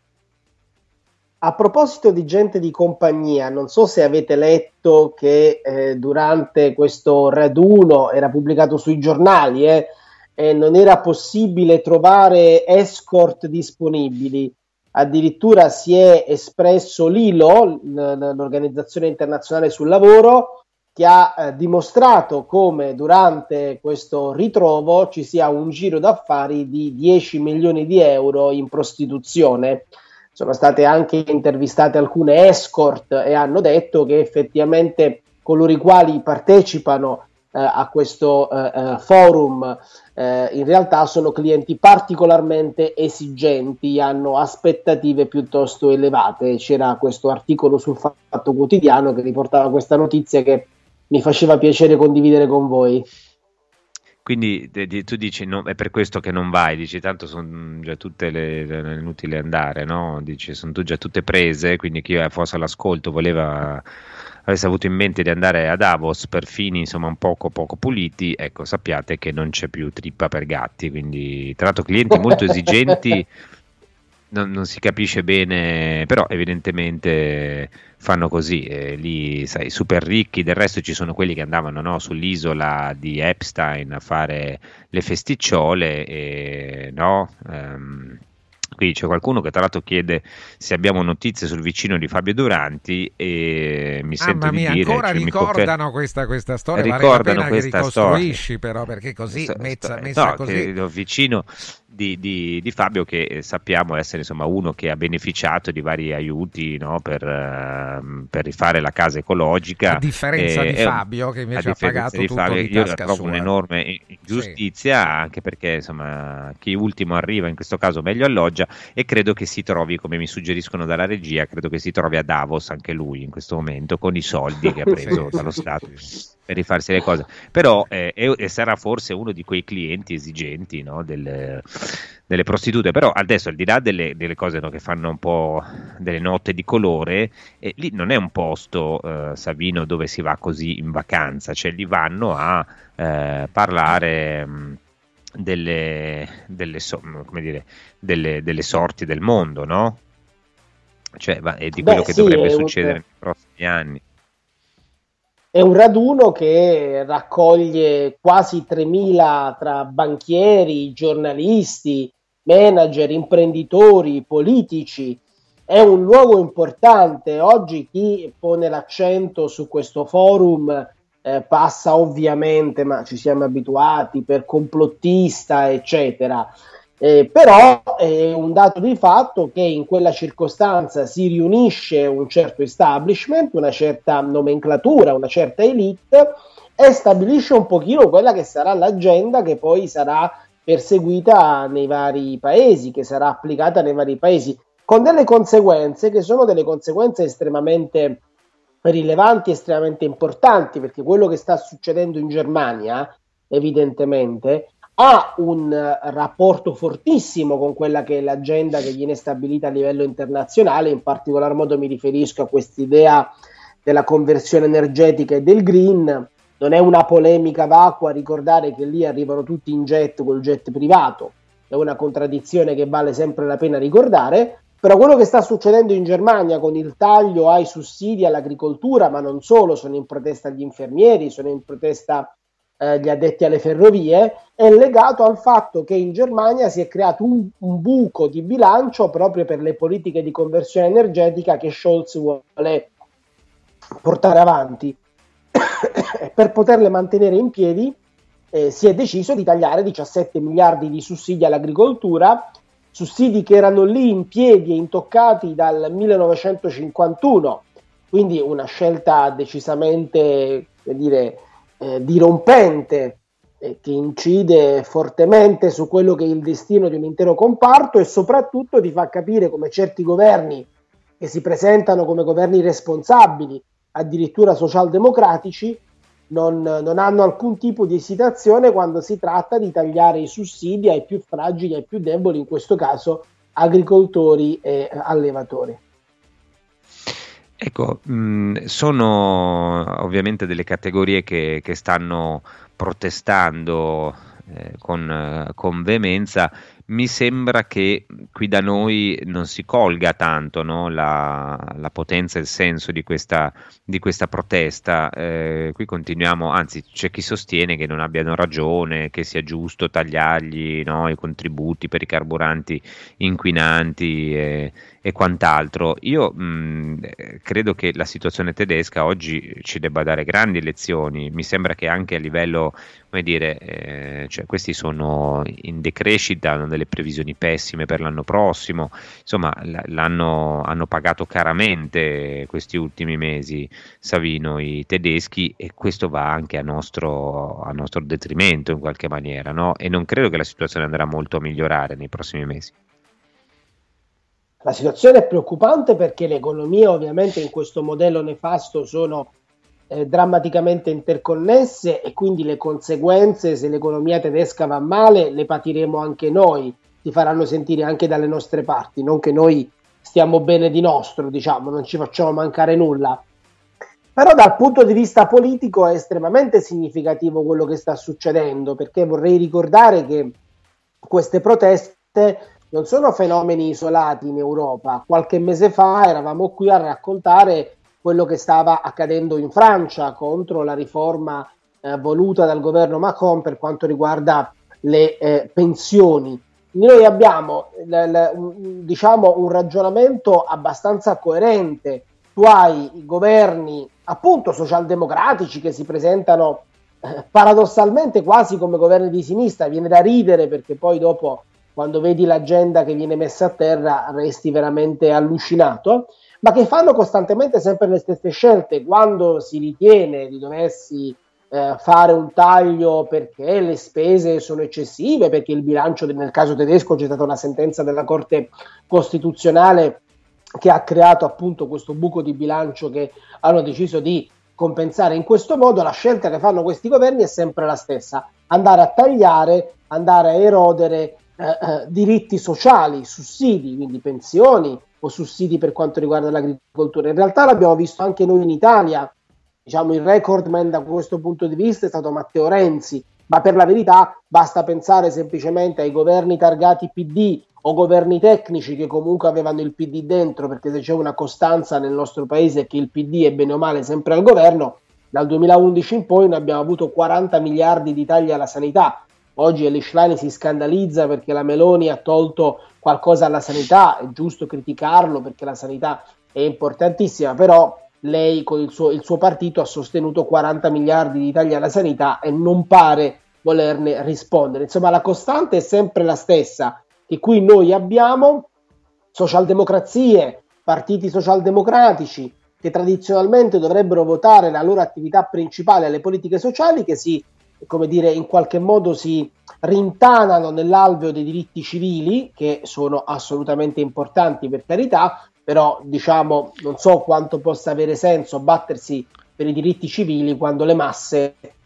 A proposito di gente di compagnia, non so se avete letto che eh, durante questo raduno, era pubblicato sui giornali, eh, e non era possibile trovare escort disponibili. Addirittura si è espresso l'I L O, l'Organizzazione Internazionale sul Lavoro, che ha eh, dimostrato come durante questo ritrovo ci sia un giro d'affari di dieci milioni di euro in prostituzione. Sono state anche intervistate alcune escort e hanno detto che effettivamente coloro i quali partecipano eh, a questo eh, eh, forum eh, in realtà sono clienti particolarmente esigenti, hanno aspettative piuttosto elevate. C'era questo articolo sul Fatto Quotidiano che riportava questa notizia che mi faceva piacere condividere con voi. Quindi tu dici no, è per questo che non vai, dici tanto sono già tutte le, è inutile andare, no? Dici sono già tutte prese, quindi chi fosse all'ascolto voleva avesse avuto in mente di andare a Davos per fini insomma un poco poco puliti, ecco sappiate che non c'è più trippa per gatti, quindi tra l'altro clienti molto esigenti. Non, non si capisce bene, però evidentemente fanno così, eh, lì sai, super ricchi, del resto ci sono quelli che andavano no, sull'isola di Epstein a fare le festicciole e no, um, qui c'è qualcuno che tra l'altro chiede se abbiamo notizie sul vicino di Fabio Duranti e mi sento Mamma mia, di dire ancora cioè, ricordano confer- questa, questa storia, ricordano vale la pena questa che ricostruisci storia. Però perché così Sto, messa, sto, messa no, così che vicino Di, di, di Fabio, che sappiamo essere insomma uno che ha beneficiato di vari aiuti no, per, uh, per rifare la casa ecologica, a differenza e, di Fabio che invece ha pagato di tutto Fabio, di io tasca trovo sua. Un'enorme ingiustizia, sì. Anche perché insomma chi ultimo arriva in questo caso meglio alloggia, e credo che si trovi, come mi suggeriscono dalla regia, credo che si trovi a Davos anche lui in questo momento con i soldi che ha preso sì, dallo sì, Stato sì. per rifarsi le cose, però eh, e, e sarà forse uno di quei clienti esigenti no, del delle prostitute, però adesso al di là delle, delle cose no, che fanno un po' delle notte di colore, eh, lì non è un posto, eh, Savino, dove si va così in vacanza, cioè lì vanno a eh, parlare mh, delle, delle, so, come dire, delle, delle sorti del mondo, no? Cioè va, è di quello Beh, che sì, dovrebbe succedere un... nei prossimi anni. È un raduno che raccoglie quasi tremila tra banchieri, giornalisti, manager, imprenditori, politici. È un luogo importante. Oggi chi pone l'accento su questo forum eh, passa ovviamente, ma ci siamo abituati, per complottista, eccetera. Eh, però è un dato di fatto che in quella circostanza si riunisce un certo establishment, una certa nomenclatura, una certa elite, e stabilisce un pochino quella che sarà l'agenda che poi sarà perseguita nei vari paesi, che sarà applicata nei vari paesi, con delle conseguenze che sono delle conseguenze estremamente rilevanti, estremamente importanti, perché quello che sta succedendo in Germania, evidentemente, ha un uh, rapporto fortissimo con quella che è l'agenda che viene stabilita a livello internazionale, in particolar modo mi riferisco a quest'idea della conversione energetica e del green. Non è una polemica vacua ricordare che lì arrivano tutti in jet col jet privato, è una contraddizione che vale sempre la pena ricordare, però quello che sta succedendo in Germania con il taglio ai sussidi all'agricoltura, ma non solo, sono in protesta gli infermieri, sono in protesta eh, gli addetti alle ferrovie, è legato al fatto che in Germania si è creato un, un buco di bilancio proprio per le politiche di conversione energetica che Scholz vuole portare avanti. Per poterle mantenere in piedi eh, si è deciso di tagliare diciassette miliardi di sussidi all'agricoltura, sussidi che erano lì in piedi e intoccati dal millenovecentocinquantuno, quindi una scelta decisamente, per dire, eh, dirompente, eh, che incide fortemente su quello che è il destino di un intero comparto e soprattutto ti fa capire come certi governi che si presentano come governi responsabili, addirittura socialdemocratici, non, non hanno alcun tipo di esitazione quando si tratta di tagliare i sussidi ai più fragili, ai più deboli, in questo caso agricoltori e allevatori. Ecco, mh, sono ovviamente delle categorie che, che stanno protestando eh, con, con veemenza. Mi sembra che qui da noi non si colga tanto, no, la, la potenza e il senso di questa, di questa protesta. Eh, qui continuiamo, anzi c'è chi sostiene che non abbiano ragione, che sia giusto tagliargli, no, i contributi per i carburanti inquinanti e, e quant'altro. Io mh, credo che la situazione tedesca oggi ci debba dare grandi lezioni. Mi sembra che anche a livello, come dire, eh, cioè questi sono in decrescita, hanno delle previsioni pessime per l'anno prossimo, insomma l'hanno hanno pagato caramente questi ultimi mesi, Savino, i tedeschi, e questo va anche a nostro, a nostro detrimento in qualche maniera, no? E non credo che la situazione andrà molto a migliorare nei prossimi mesi. La situazione è preoccupante perché le economie ovviamente in questo modello nefasto sono eh, drammaticamente interconnesse e quindi le conseguenze, se l'economia tedesca va male, le patiremo anche noi, si faranno sentire anche dalle nostre parti, non che noi stiamo bene di nostro, diciamo, non ci facciamo mancare nulla. Però dal punto di vista politico è estremamente significativo quello che sta succedendo, perché vorrei ricordare che queste proteste non sono fenomeni isolati in Europa. Qualche mese fa eravamo qui a raccontare quello che stava accadendo in Francia contro la riforma eh, voluta dal governo Macron per quanto riguarda le eh, pensioni. Noi abbiamo l- l- diciamo un ragionamento abbastanza coerente. Tu hai i governi appunto socialdemocratici che si presentano eh, paradossalmente quasi come governi di sinistra. Viene da ridere perché poi dopo, quando vedi l'agenda che viene messa a terra, resti veramente allucinato, ma che fanno costantemente sempre le stesse scelte. Quando si ritiene di doversi eh, fare un taglio perché le spese sono eccessive, perché il bilancio, nel caso tedesco c'è stata una sentenza della Corte Costituzionale che ha creato appunto questo buco di bilancio che hanno deciso di compensare in questo modo, la scelta che fanno questi governi è sempre la stessa: andare a tagliare, andare a erodere eh, eh, diritti sociali, sussidi, quindi pensioni o sussidi per quanto riguarda l'agricoltura. In realtà l'abbiamo visto anche noi in Italia, diciamo il recordman da questo punto di vista è stato Matteo Renzi, ma per la verità basta pensare semplicemente ai governi targati P D o governi tecnici che comunque avevano il P D dentro, perché se c'è una costanza nel nostro paese è che il P D è bene o male sempre al governo. Dal duemilaundici in poi noi abbiamo avuto quaranta miliardi di tagli alla sanità. Oggi Elly Schlein si scandalizza perché la Meloni ha tolto qualcosa alla sanità, è giusto criticarlo perché la sanità è importantissima, però lei con il suo, il suo partito ha sostenuto quaranta miliardi di tagli alla sanità e non pare volerne rispondere. Insomma, la costante è sempre la stessa, che qui noi abbiamo socialdemocrazie, partiti socialdemocratici che tradizionalmente dovrebbero votare la loro attività principale alle politiche sociali, che si, come dire, in qualche modo si rintanano nell'alveo dei diritti civili, che sono assolutamente importanti, per carità, però diciamo non so quanto possa avere senso battersi per i diritti civili quando le masse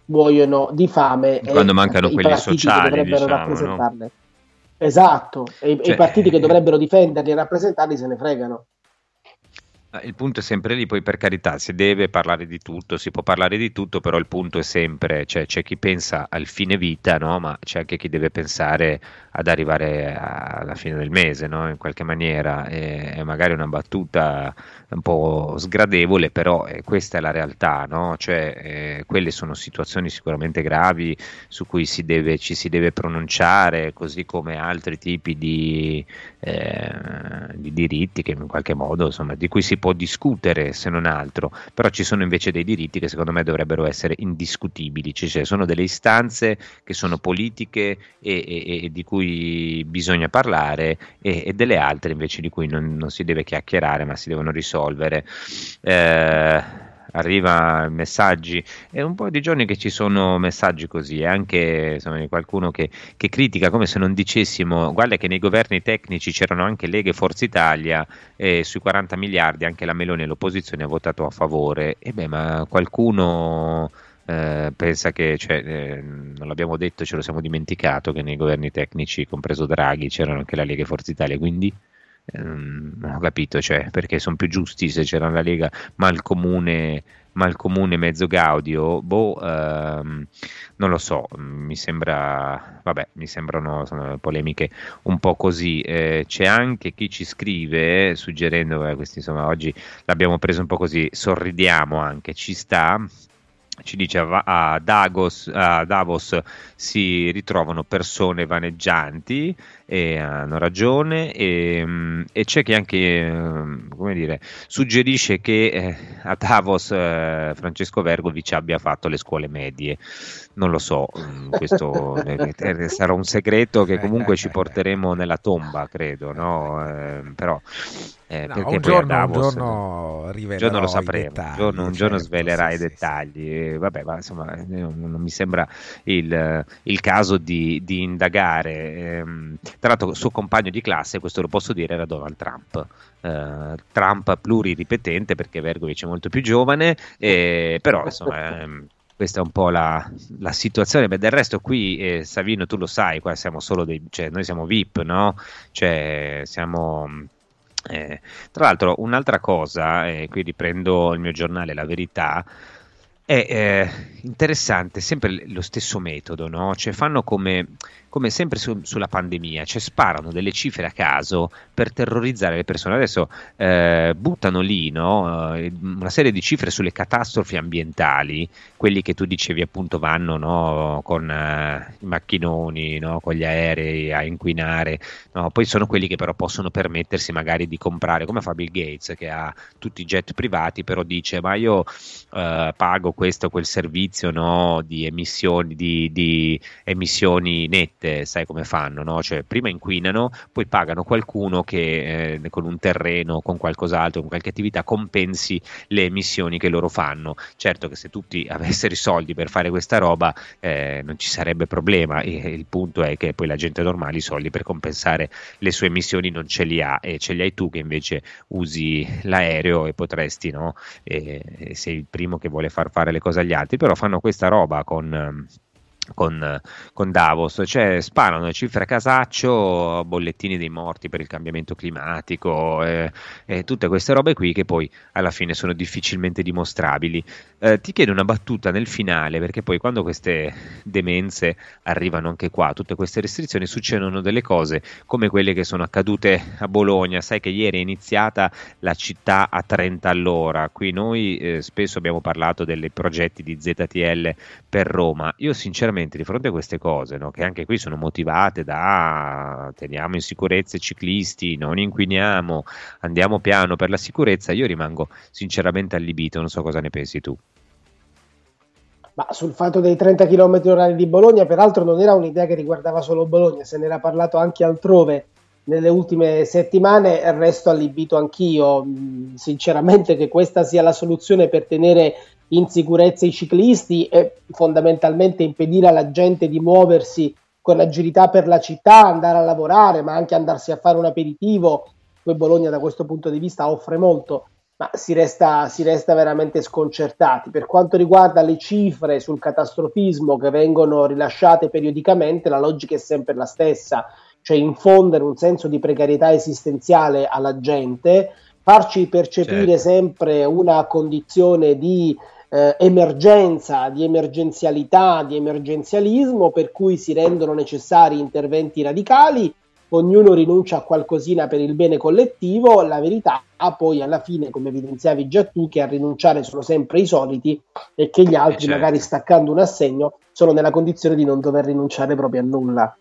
muoiono di fame. Quando e mancano i quelli partiti sociali, che dovrebbero diciamo, rappresentarle. No? Esatto, e, cioè, e i partiti che dovrebbero difenderli e rappresentarli se ne fregano. Il punto è sempre lì, poi per carità si deve parlare di tutto, si può parlare di tutto, però il punto è sempre, cioè c'è chi pensa al fine vita, no? Ma c'è anche chi deve pensare ad arrivare a, alla fine del mese, no? In qualche maniera, e, e magari una battuta un po' sgradevole, però eh, questa è la realtà, no? Cioè eh, quelle sono situazioni sicuramente gravi su cui si deve, ci si deve pronunciare, così come altri tipi di, eh, di diritti che in qualche modo, insomma, di cui si può discutere se non altro, però ci sono invece dei diritti che secondo me dovrebbero essere indiscutibili, cioè sono delle istanze che sono politiche e, e, e di cui bisogna parlare e, e delle altre invece di cui non, non si deve chiacchierare ma si devono risolvere. Eh, arriva messaggi, è un po' di giorni che ci sono messaggi così, e anche insomma, di qualcuno che, che critica come se non dicessimo guarda che nei governi tecnici c'erano anche Lega e Forza Italia e sui quaranta miliardi anche la Meloni e l'opposizione ha votato a favore. E beh, ma qualcuno eh, pensa che, cioè, eh, non l'abbiamo detto, ce lo siamo dimenticato che nei governi tecnici, compreso Draghi, c'erano anche la Lega e Forza Italia, quindi non ho capito, cioè, perché sono più giusti se c'era la Lega ma il comune, ma il comune mezzo Gaudio, boh, ehm, non lo so, mi sembra, vabbè, mi sembrano insomma, polemiche un po' così. Eh, c'è anche chi ci scrive suggerendo, eh, questi insomma oggi l'abbiamo preso un po' così, sorridiamo anche, ci sta. Ci dice a Davos, a Davos si ritrovano persone vaneggianti e hanno ragione, e, e c'è chi anche come dire, suggerisce che eh, a Davos eh, Francesco Vergovic abbia fatto le scuole medie. Non lo so, questo eh, sarà un segreto che comunque ci porteremo nella tomba, credo, no? Eh, però eh, no, perché un, poi giorno, a Davos, un giorno rivelerò un giorno lo sapremo, i dettagli, un giorno, un giorno certo, svelerai sì, i sì, dettagli. E, vabbè, ma insomma, non, non mi sembra il, il caso di, di indagare. Ehm, tra l'altro, il suo compagno di classe, questo lo posso dire, era Donald Trump. Uh, Trump pluriripetente perché Vergovic è molto più giovane, eh, però insomma. Ehm, questa è un po' la, la situazione. Beh, del resto qui eh, Savino, tu lo sai, qua siamo solo dei, cioè noi siamo V I P, no? Cioè siamo eh, tra l'altro un'altra cosa, eh, qui riprendo il mio giornale La Verità, è eh, interessante sempre lo stesso metodo, no? Cioè fanno come, come sempre su, sulla pandemia, cioè sparano delle cifre a caso per terrorizzare le persone. Adesso eh, buttano lì, no? Una serie di cifre sulle catastrofi ambientali, quelli che tu dicevi appunto vanno, no? Con eh, i macchinoni, no? Con gli aerei a inquinare, no? Poi sono quelli che però possono permettersi magari di comprare, come fa Bill Gates che ha tutti i jet privati, però dice ma io eh, pago questo o quel servizio, no? Di emissioni, di, di emissioni nette, sai come fanno, no? Cioè prima inquinano, poi pagano qualcuno che eh, con un terreno, con qualcos'altro, con qualche attività compensi le emissioni che loro fanno. Certo che se tutti avessero i soldi per fare questa roba eh, non ci sarebbe problema, e il punto è che poi la gente normale i soldi per compensare le sue emissioni non ce li ha, e ce li hai tu che invece usi l'aereo e potresti, no? E, e sei il primo che vuole far fare le cose agli altri, però fanno questa roba con, con, con Davos, cioè sparano le cifre a casaccio, bollettini dei morti per il cambiamento climatico e, e tutte queste robe qui che poi alla fine sono difficilmente dimostrabili. Eh, ti chiedo una battuta nel finale, perché poi quando queste demenze arrivano anche qua, tutte queste restrizioni, succedono delle cose come quelle che sono accadute a Bologna. Sai che ieri è iniziata la città a trenta all'ora, qui noi eh, spesso abbiamo parlato dei progetti di Z T L per Roma. Io sinceramente di fronte a queste cose, no, che anche qui sono motivate da teniamo in sicurezza i ciclisti, non inquiniamo, andiamo piano per la sicurezza, io rimango sinceramente allibito, non so cosa ne pensi tu. Ma sul fatto dei trenta chilometri orari di Bologna, peraltro non era un'idea che riguardava solo Bologna, se ne era parlato anche altrove nelle ultime settimane, e resto allibito anch'io, sinceramente, che questa sia la soluzione per tenere in sicurezza i ciclisti e fondamentalmente impedire alla gente di muoversi con agilità per la città, andare a lavorare, ma anche andarsi a fare un aperitivo. Poi Bologna da questo punto di vista offre molto, ma si resta, si resta veramente sconcertati. Per quanto riguarda le cifre sul catastrofismo che vengono rilasciate periodicamente, la logica è sempre la stessa, cioè infondere un senso di precarietà esistenziale alla gente, farci percepire certo. sempre una condizione di eh, emergenza, di emergenzialità, di emergenzialismo, per cui si rendono necessari interventi radicali, ognuno rinuncia a qualcosina per il bene collettivo. La verità poi alla fine, come evidenziavi già tu, che a rinunciare sono sempre i soliti e che gli altri, eh certo. magari staccando un assegno, sono nella condizione di non dover rinunciare proprio a nulla.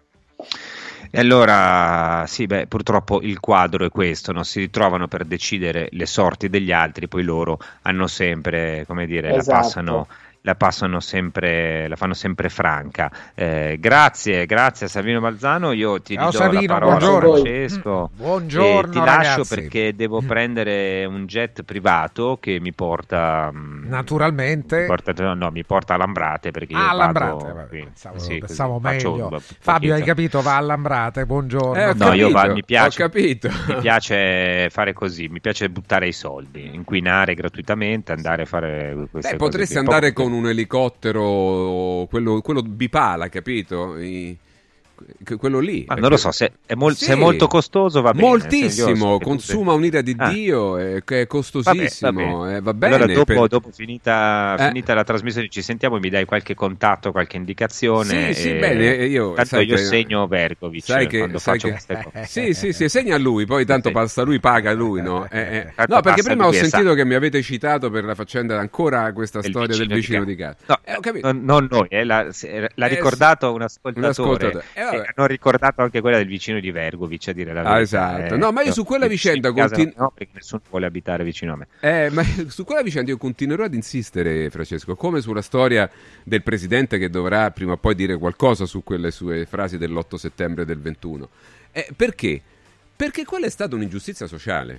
E allora sì, beh, purtroppo il quadro è questo, no? Si ritrovano per decidere le sorti degli altri, poi loro hanno sempre, come dire, esatto. la passano la passano sempre, la fanno sempre franca. Eh, grazie, grazie a Savino Balzano. Io ti Ciao, ridò Savino, la parola, buongiorno. Francesco. Mm, buongiorno, e ti lascio ragazzi. perché devo prendere un jet privato che mi porta naturalmente mi porta, no, no, mi porta a Lambrate, perché io ah, vado Lambrate, qui, pensavo, sì, pensavo faccio meglio. un Fabio, hai capito, va a Lambrate, buongiorno. Eh, no, capito, io va, mi piace, ho capito. mi piace fare così, mi piace buttare i soldi, inquinare gratuitamente, andare a fare queste Beh, cose. potresti qui. andare Poi, con un elicottero, quello, quello bipala, capito? I, quello lì. Ma non lo so, se è, mol- sì, se è molto costoso va bene. Moltissimo, so consuma tu... un'ira di ah. Dio, è, è costosissimo, va bene, va bene. Eh, va bene allora dopo, per... dopo finita, eh. finita la trasmissione ci sentiamo, mi dai qualche contatto, qualche indicazione. Sì, sì, e... bene, io, tanto sai io che... segno Vergovic sai che, quando sai faccio che... queste cose. Sì, sì, sì, segna a lui, poi tanto passa lui, paga lui, no? Eh, eh. No, perché passa prima ho lui, sentito esatto. che mi avete citato per la faccenda ancora questa del storia vicino del vicino di di casa. No, eh, ho capito. non, non noi, eh, l'ha, l'ha ricordato un ascoltatore, un ascoltatore. Eh, e hanno ricordato anche quella del vicino di Vergovic, a dire la verità. Ah, esatto. Eh, no, ma io su quella vicenda continu- no, perché nessuno vuole abitare vicino a me. Eh, ma su quella vicenda io continuerò ad insistere, Francesco, come sulla storia del presidente che dovrà prima o poi dire qualcosa su quelle sue frasi dell'otto settembre del ventuno. Eh, perché? Perché quella è stata un'ingiustizia sociale.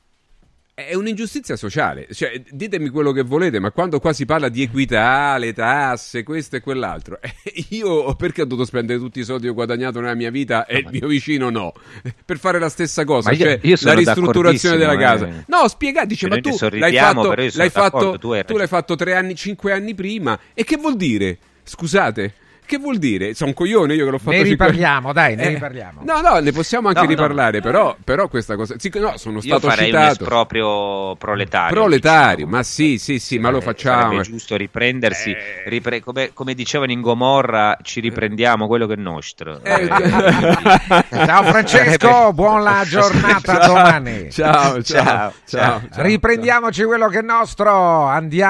È un'ingiustizia sociale, cioè ditemi quello che volete, ma quando qua si parla di equità, le tasse, questo e quell'altro, eh, io perché ho dovuto spendere tutti i soldi che ho guadagnato nella mia vita e il mio vicino no? Per fare la stessa cosa, io, cioè io la ristrutturazione della casa. Eh. No, spiegate, dice, ma tu l'hai fatto, l'hai fatto, tu, tu l'hai fatto tre anni, cinque anni prima, e che vuol dire? Scusate. Che vuol dire? Sono un coglione io che l'ho fatto. Ne riparliamo, cinque... dai, ne eh, riparliamo. No, no, ne possiamo anche no, riparlare, no. Però, però questa cosa... Sì, no, sono stato io farei citato. un esproprio proletario. Proletario, diciamo. ma sì, sì, sì, ma lo facciamo. Sarebbe giusto riprendersi, eh... ripre... come, come dicevano in Gomorra, ci riprendiamo quello che è nostro. Eh... Ciao Francesco, buona giornata ciao. domani. Ciao, ciao, ciao, ciao, ciao. Riprendiamoci quello che è nostro,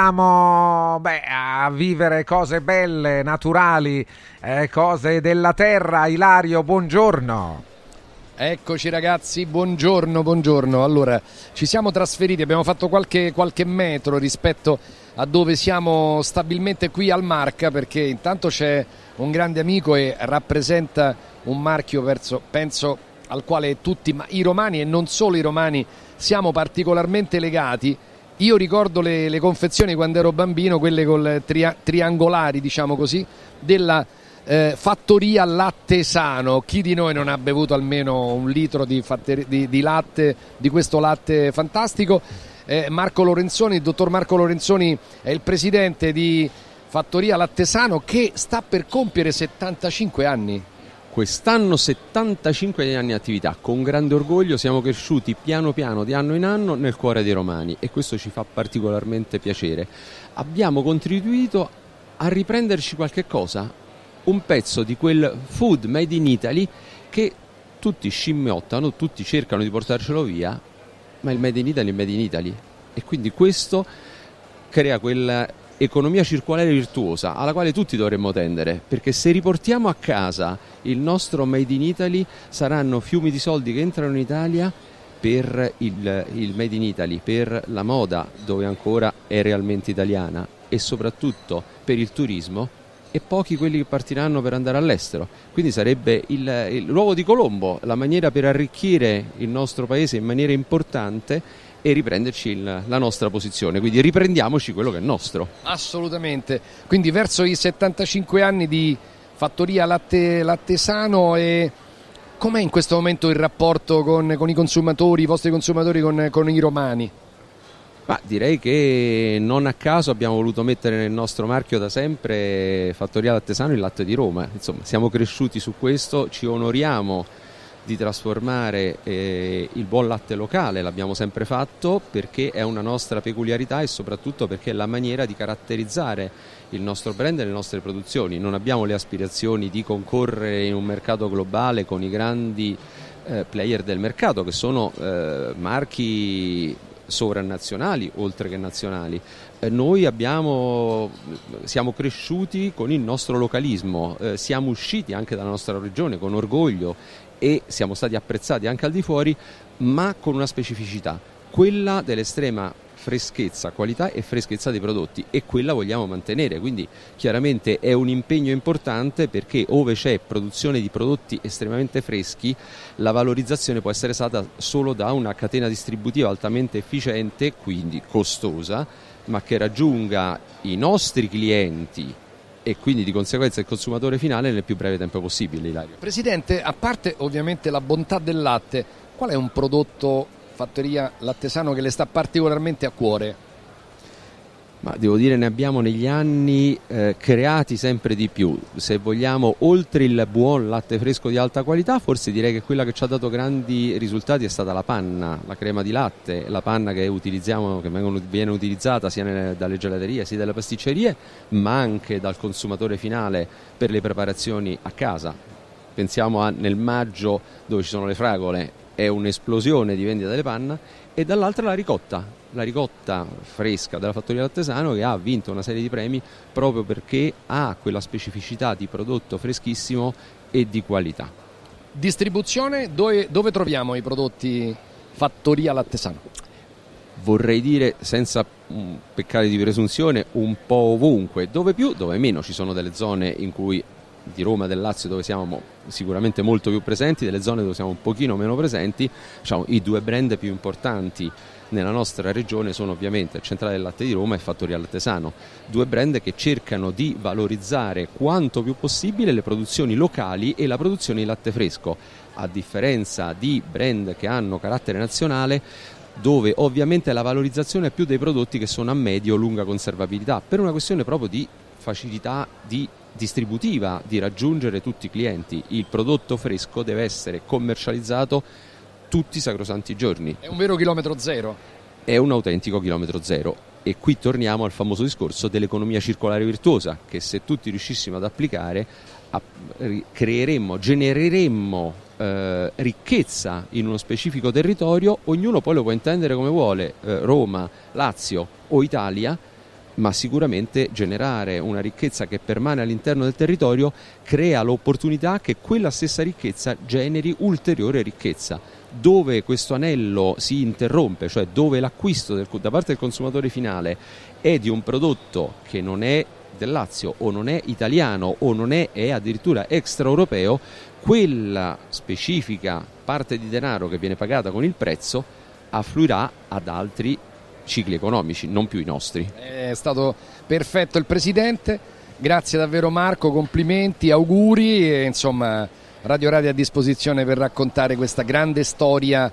andiamo beh, a vivere cose belle, naturali, eh, cose della terra. Ilario, buongiorno. Eccoci ragazzi, buongiorno, buongiorno. Allora, ci siamo trasferiti, abbiamo fatto qualche, qualche metro rispetto a dove siamo stabilmente qui al Marca, perché intanto c'è un grande amico e rappresenta un marchio verso, penso al quale tutti, ma i romani e non solo i romani, siamo particolarmente legati. Io ricordo le, le confezioni quando ero bambino, quelle col tria, triangolari, diciamo così, della eh, fattoria Latte Sano. Chi di noi non ha bevuto almeno un litro di, fatteri, di, di latte, di questo latte fantastico? Eh, Marco Lorenzoni, il dottor Marco Lorenzoni è il presidente di Fattoria Latte Sano, che sta per compiere settantacinque anni. Quest'anno settantacinque anni di attività, con grande orgoglio siamo cresciuti piano piano, di anno in anno, nel cuore dei romani, e questo ci fa particolarmente piacere. Abbiamo contribuito a riprenderci qualche cosa, un pezzo di quel food made in Italy che tutti scimmiottano, tutti cercano di portarcelo via, ma il made in Italy è made in Italy, e quindi questo crea quella economia circolare virtuosa alla quale tutti dovremmo tendere, perché se riportiamo a casa il nostro made in Italy saranno fiumi di soldi che entrano in Italia per il, il made in Italy, per la moda, dove ancora è realmente italiana, e soprattutto per il turismo, e pochi quelli che partiranno per andare all'estero. Quindi sarebbe il, il, l'uovo di Colombo, la maniera per arricchire il nostro paese in maniera importante e riprenderci il, la nostra posizione, quindi riprendiamoci quello che è nostro. Assolutamente, quindi verso i settantacinque anni di Fattoria Latte, Latte Sano. E com'è in questo momento il rapporto con, con i consumatori, i vostri consumatori, con, con i romani? Ma direi che non a caso abbiamo voluto mettere nel nostro marchio da sempre Fattoria Lattesano il latte di Roma. Insomma, siamo cresciuti su questo, ci onoriamo di trasformare eh, il buon latte locale, l'abbiamo sempre fatto perché è una nostra peculiarità e soprattutto perché è la maniera di caratterizzare il nostro brand e le nostre produzioni. Non abbiamo le aspirazioni di concorrere in un mercato globale con i grandi eh, player del mercato, che sono eh, marchi sovranazionali oltre che nazionali. Eh, noi abbiamo, siamo cresciuti con il nostro localismo, eh, siamo usciti anche dalla nostra regione con orgoglio e siamo stati apprezzati anche al di fuori, ma con una specificità, quella dell'estrema freschezza, qualità e freschezza dei prodotti, e quella vogliamo mantenere. Quindi chiaramente è un impegno importante, perché ove c'è produzione di prodotti estremamente freschi la valorizzazione può essere stata solo da una catena distributiva altamente efficiente, quindi costosa, ma che raggiunga i nostri clienti e quindi di conseguenza il consumatore finale nel più breve tempo possibile. Ilario. Presidente, a parte ovviamente la bontà del latte, qual è un prodotto Fattoria Lattesano che le sta particolarmente a cuore? Ma devo dire, ne abbiamo negli anni eh, creati sempre di più. Se vogliamo, oltre il buon latte fresco di alta qualità, forse direi che quella che ci ha dato grandi risultati è stata la panna, la crema di latte, la panna che utilizziamo, che vengono, viene utilizzata sia nelle, dalle gelaterie sia dalle pasticcerie, ma anche dal consumatore finale per le preparazioni a casa. Pensiamo a nel maggio, dove ci sono le fragole, è un'esplosione di vendita delle panna, e dall'altra la ricotta, la ricotta fresca della Fattoria Lattesano, che ha vinto una serie di premi proprio perché ha quella specificità di prodotto freschissimo e di qualità. Distribuzione, dove, dove troviamo i prodotti Fattoria Lattesano? Vorrei dire, senza peccare di presunzione, un po' ovunque, dove più, dove meno. Ci sono delle zone in cui di Roma e del Lazio dove siamo sicuramente molto più presenti, delle zone dove siamo un pochino meno presenti. Diciamo, i due brand più importanti nella nostra regione sono ovviamente Centrale del Latte di Roma e Fattoria Lattesano, due brand che cercano di valorizzare quanto più possibile le produzioni locali e la produzione di latte fresco, a differenza di brand che hanno carattere nazionale, dove ovviamente la valorizzazione è più dei prodotti che sono a medio-lunga conservabilità, per una questione proprio di facilità di distributiva, di raggiungere tutti i clienti. Il prodotto fresco deve essere commercializzato tutti i sacrosanti giorni. È un vero chilometro zero? È un autentico chilometro zero, e qui torniamo al famoso discorso dell'economia circolare virtuosa, che se tutti riuscissimo ad applicare a, creeremmo, genereremmo eh, ricchezza in uno specifico territorio. Ognuno poi lo può intendere come vuole, eh, Roma, Lazio o Italia, ma sicuramente generare una ricchezza che permane all'interno del territorio crea l'opportunità che quella stessa ricchezza generi ulteriore ricchezza. Dove questo anello si interrompe, cioè dove l'acquisto del, da parte del consumatore finale è di un prodotto che non è del Lazio o non è italiano o non è, è addirittura extraeuropeo, quella specifica parte di denaro che viene pagata con il prezzo affluirà ad altri cicli economici, non più i nostri. È stato perfetto il Presidente, grazie davvero Marco, complimenti, auguri, e insomma Radio Radio a disposizione per raccontare questa grande storia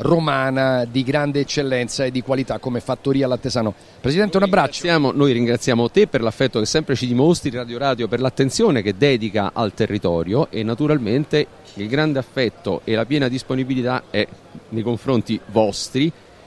romana di grande eccellenza e di qualità come Fattoria Lattesano. Presidente, un abbraccio. Ringraziamo, noi ringraziamo te per l'affetto che sempre ci dimostri, Radio Radio per l'attenzione che dedica al territorio, e naturalmente il grande affetto e la piena disponibilità è nei confronti vostri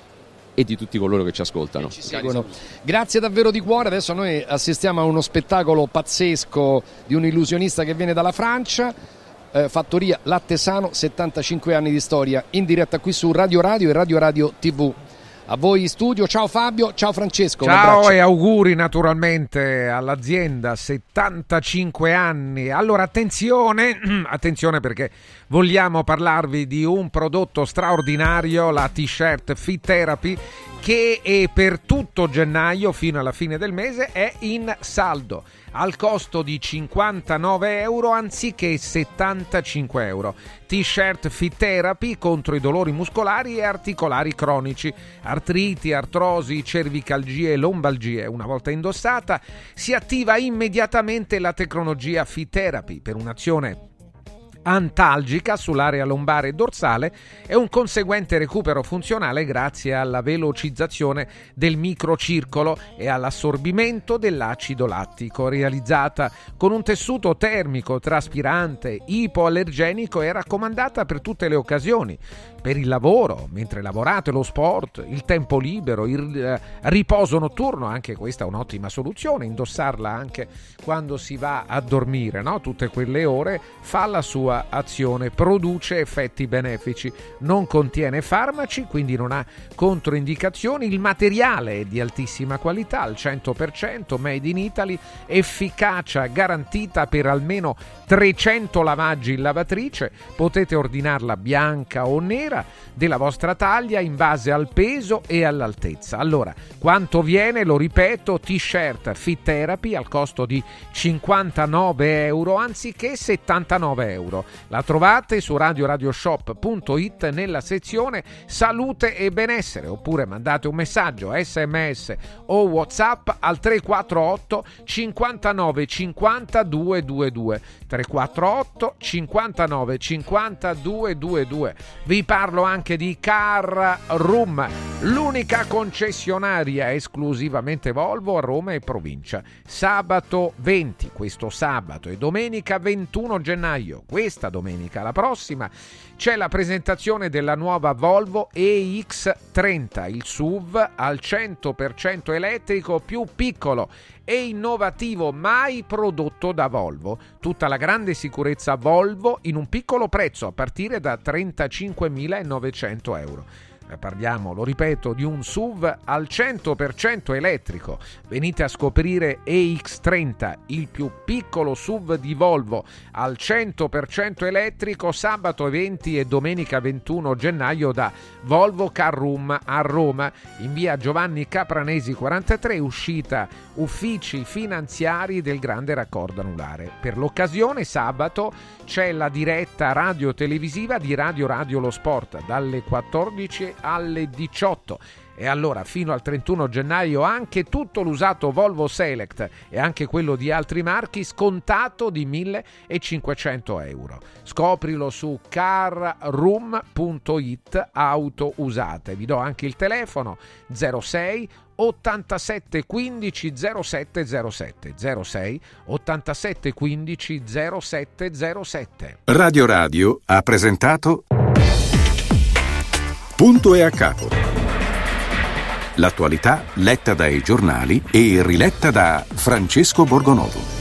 e di tutti coloro che ci ascoltano. Ci seguono. Grazie davvero di cuore. Adesso noi assistiamo a uno spettacolo pazzesco di un illusionista che viene dalla Francia. eh, Fattoria Lattesano, settantacinque anni di storia, in diretta qui su Radio Radio e Radio Radio tivù. A voi in studio, ciao Fabio, ciao Francesco. Ciao e auguri naturalmente all'azienda, settantacinque anni. Allora attenzione, attenzione perché vogliamo parlarvi di un prodotto straordinario, la t-shirt Fit Therapy, che è per tutto gennaio fino alla fine del mese è in saldo al costo di cinquantanove euro anziché settantacinque euro. T-shirt Fit Therapy contro i dolori muscolari e articolari cronici, artriti, artrosi, cervicalgie e lombalgie. Una volta indossata si attiva immediatamente la tecnologia Fit Therapy per un'azione antalgica sull'area lombare e dorsale e un conseguente recupero funzionale grazie alla velocizzazione del microcircolo e all'assorbimento dell'acido lattico, realizzata con un tessuto termico traspirante, ipoallergenico e raccomandata per tutte le occasioni, per il lavoro, mentre lavorate, lo sport, il tempo libero, il eh, riposo notturno. Anche questa è un'ottima soluzione, indossarla anche quando si va a dormire, no? Tutte quelle ore fa la sua azione, produce effetti benefici, non contiene farmaci, quindi non ha controindicazioni. Il materiale è di altissima qualità, al cento per cento made in Italy, efficacia garantita per almeno trecento lavaggi in lavatrice. Potete ordinarla bianca o nera della vostra taglia in base al peso e all'altezza. Allora, quanto viene? Lo ripeto, t-shirt Fit Therapy al costo di cinquantanove euro anziché settantanove euro. La trovate su radio radio shop punto it nella sezione salute e benessere, oppure mandate un messaggio sms o WhatsApp al tre quattro otto cinquantanove cinquanta duecentoventidue tre quattro otto cinquantanove cinquanta duecentoventidue. Vi parlo anche di Car Room, l'unica concessionaria esclusivamente Volvo a Roma e provincia. Sabato venti, questo sabato, e domenica ventuno gennaio, questa domenica, la prossima, c'è la presentazione della nuova Volvo E X trenta, il S U V al cento per cento elettrico più piccolo e innovativo mai prodotto da Volvo. Tutta la grande sicurezza Volvo in un piccolo prezzo a partire da trentacinquemilanovecento euro. Parliamo, lo ripeto, di un S U V al cento per cento elettrico. Venite a scoprire E X trenta, il più piccolo S U V di Volvo al cento per cento elettrico, sabato venti e domenica ventuno gennaio da Volvo Car Room a Roma, in via Giovanni Capranesi quarantatré, uscita uffici finanziari del grande raccordo anulare. Per l'occasione sabato c'è la diretta radio televisiva di Radio Radio Lo Sport dalle quattordici alle diciotto. E allora fino al trentuno gennaio anche tutto l'usato Volvo Select e anche quello di altri marchi scontato di millecinquecento euro. Scoprilo su car room punto it, auto usate. Vi do anche il telefono zero sei ottantasette quindici zero sette zero sette zero sei ottantasette quindici zero sette zero sette. Radio Radio ha presentato Punto e a capo. L'attualità letta dai giornali e riletta da Francesco Borgonovo.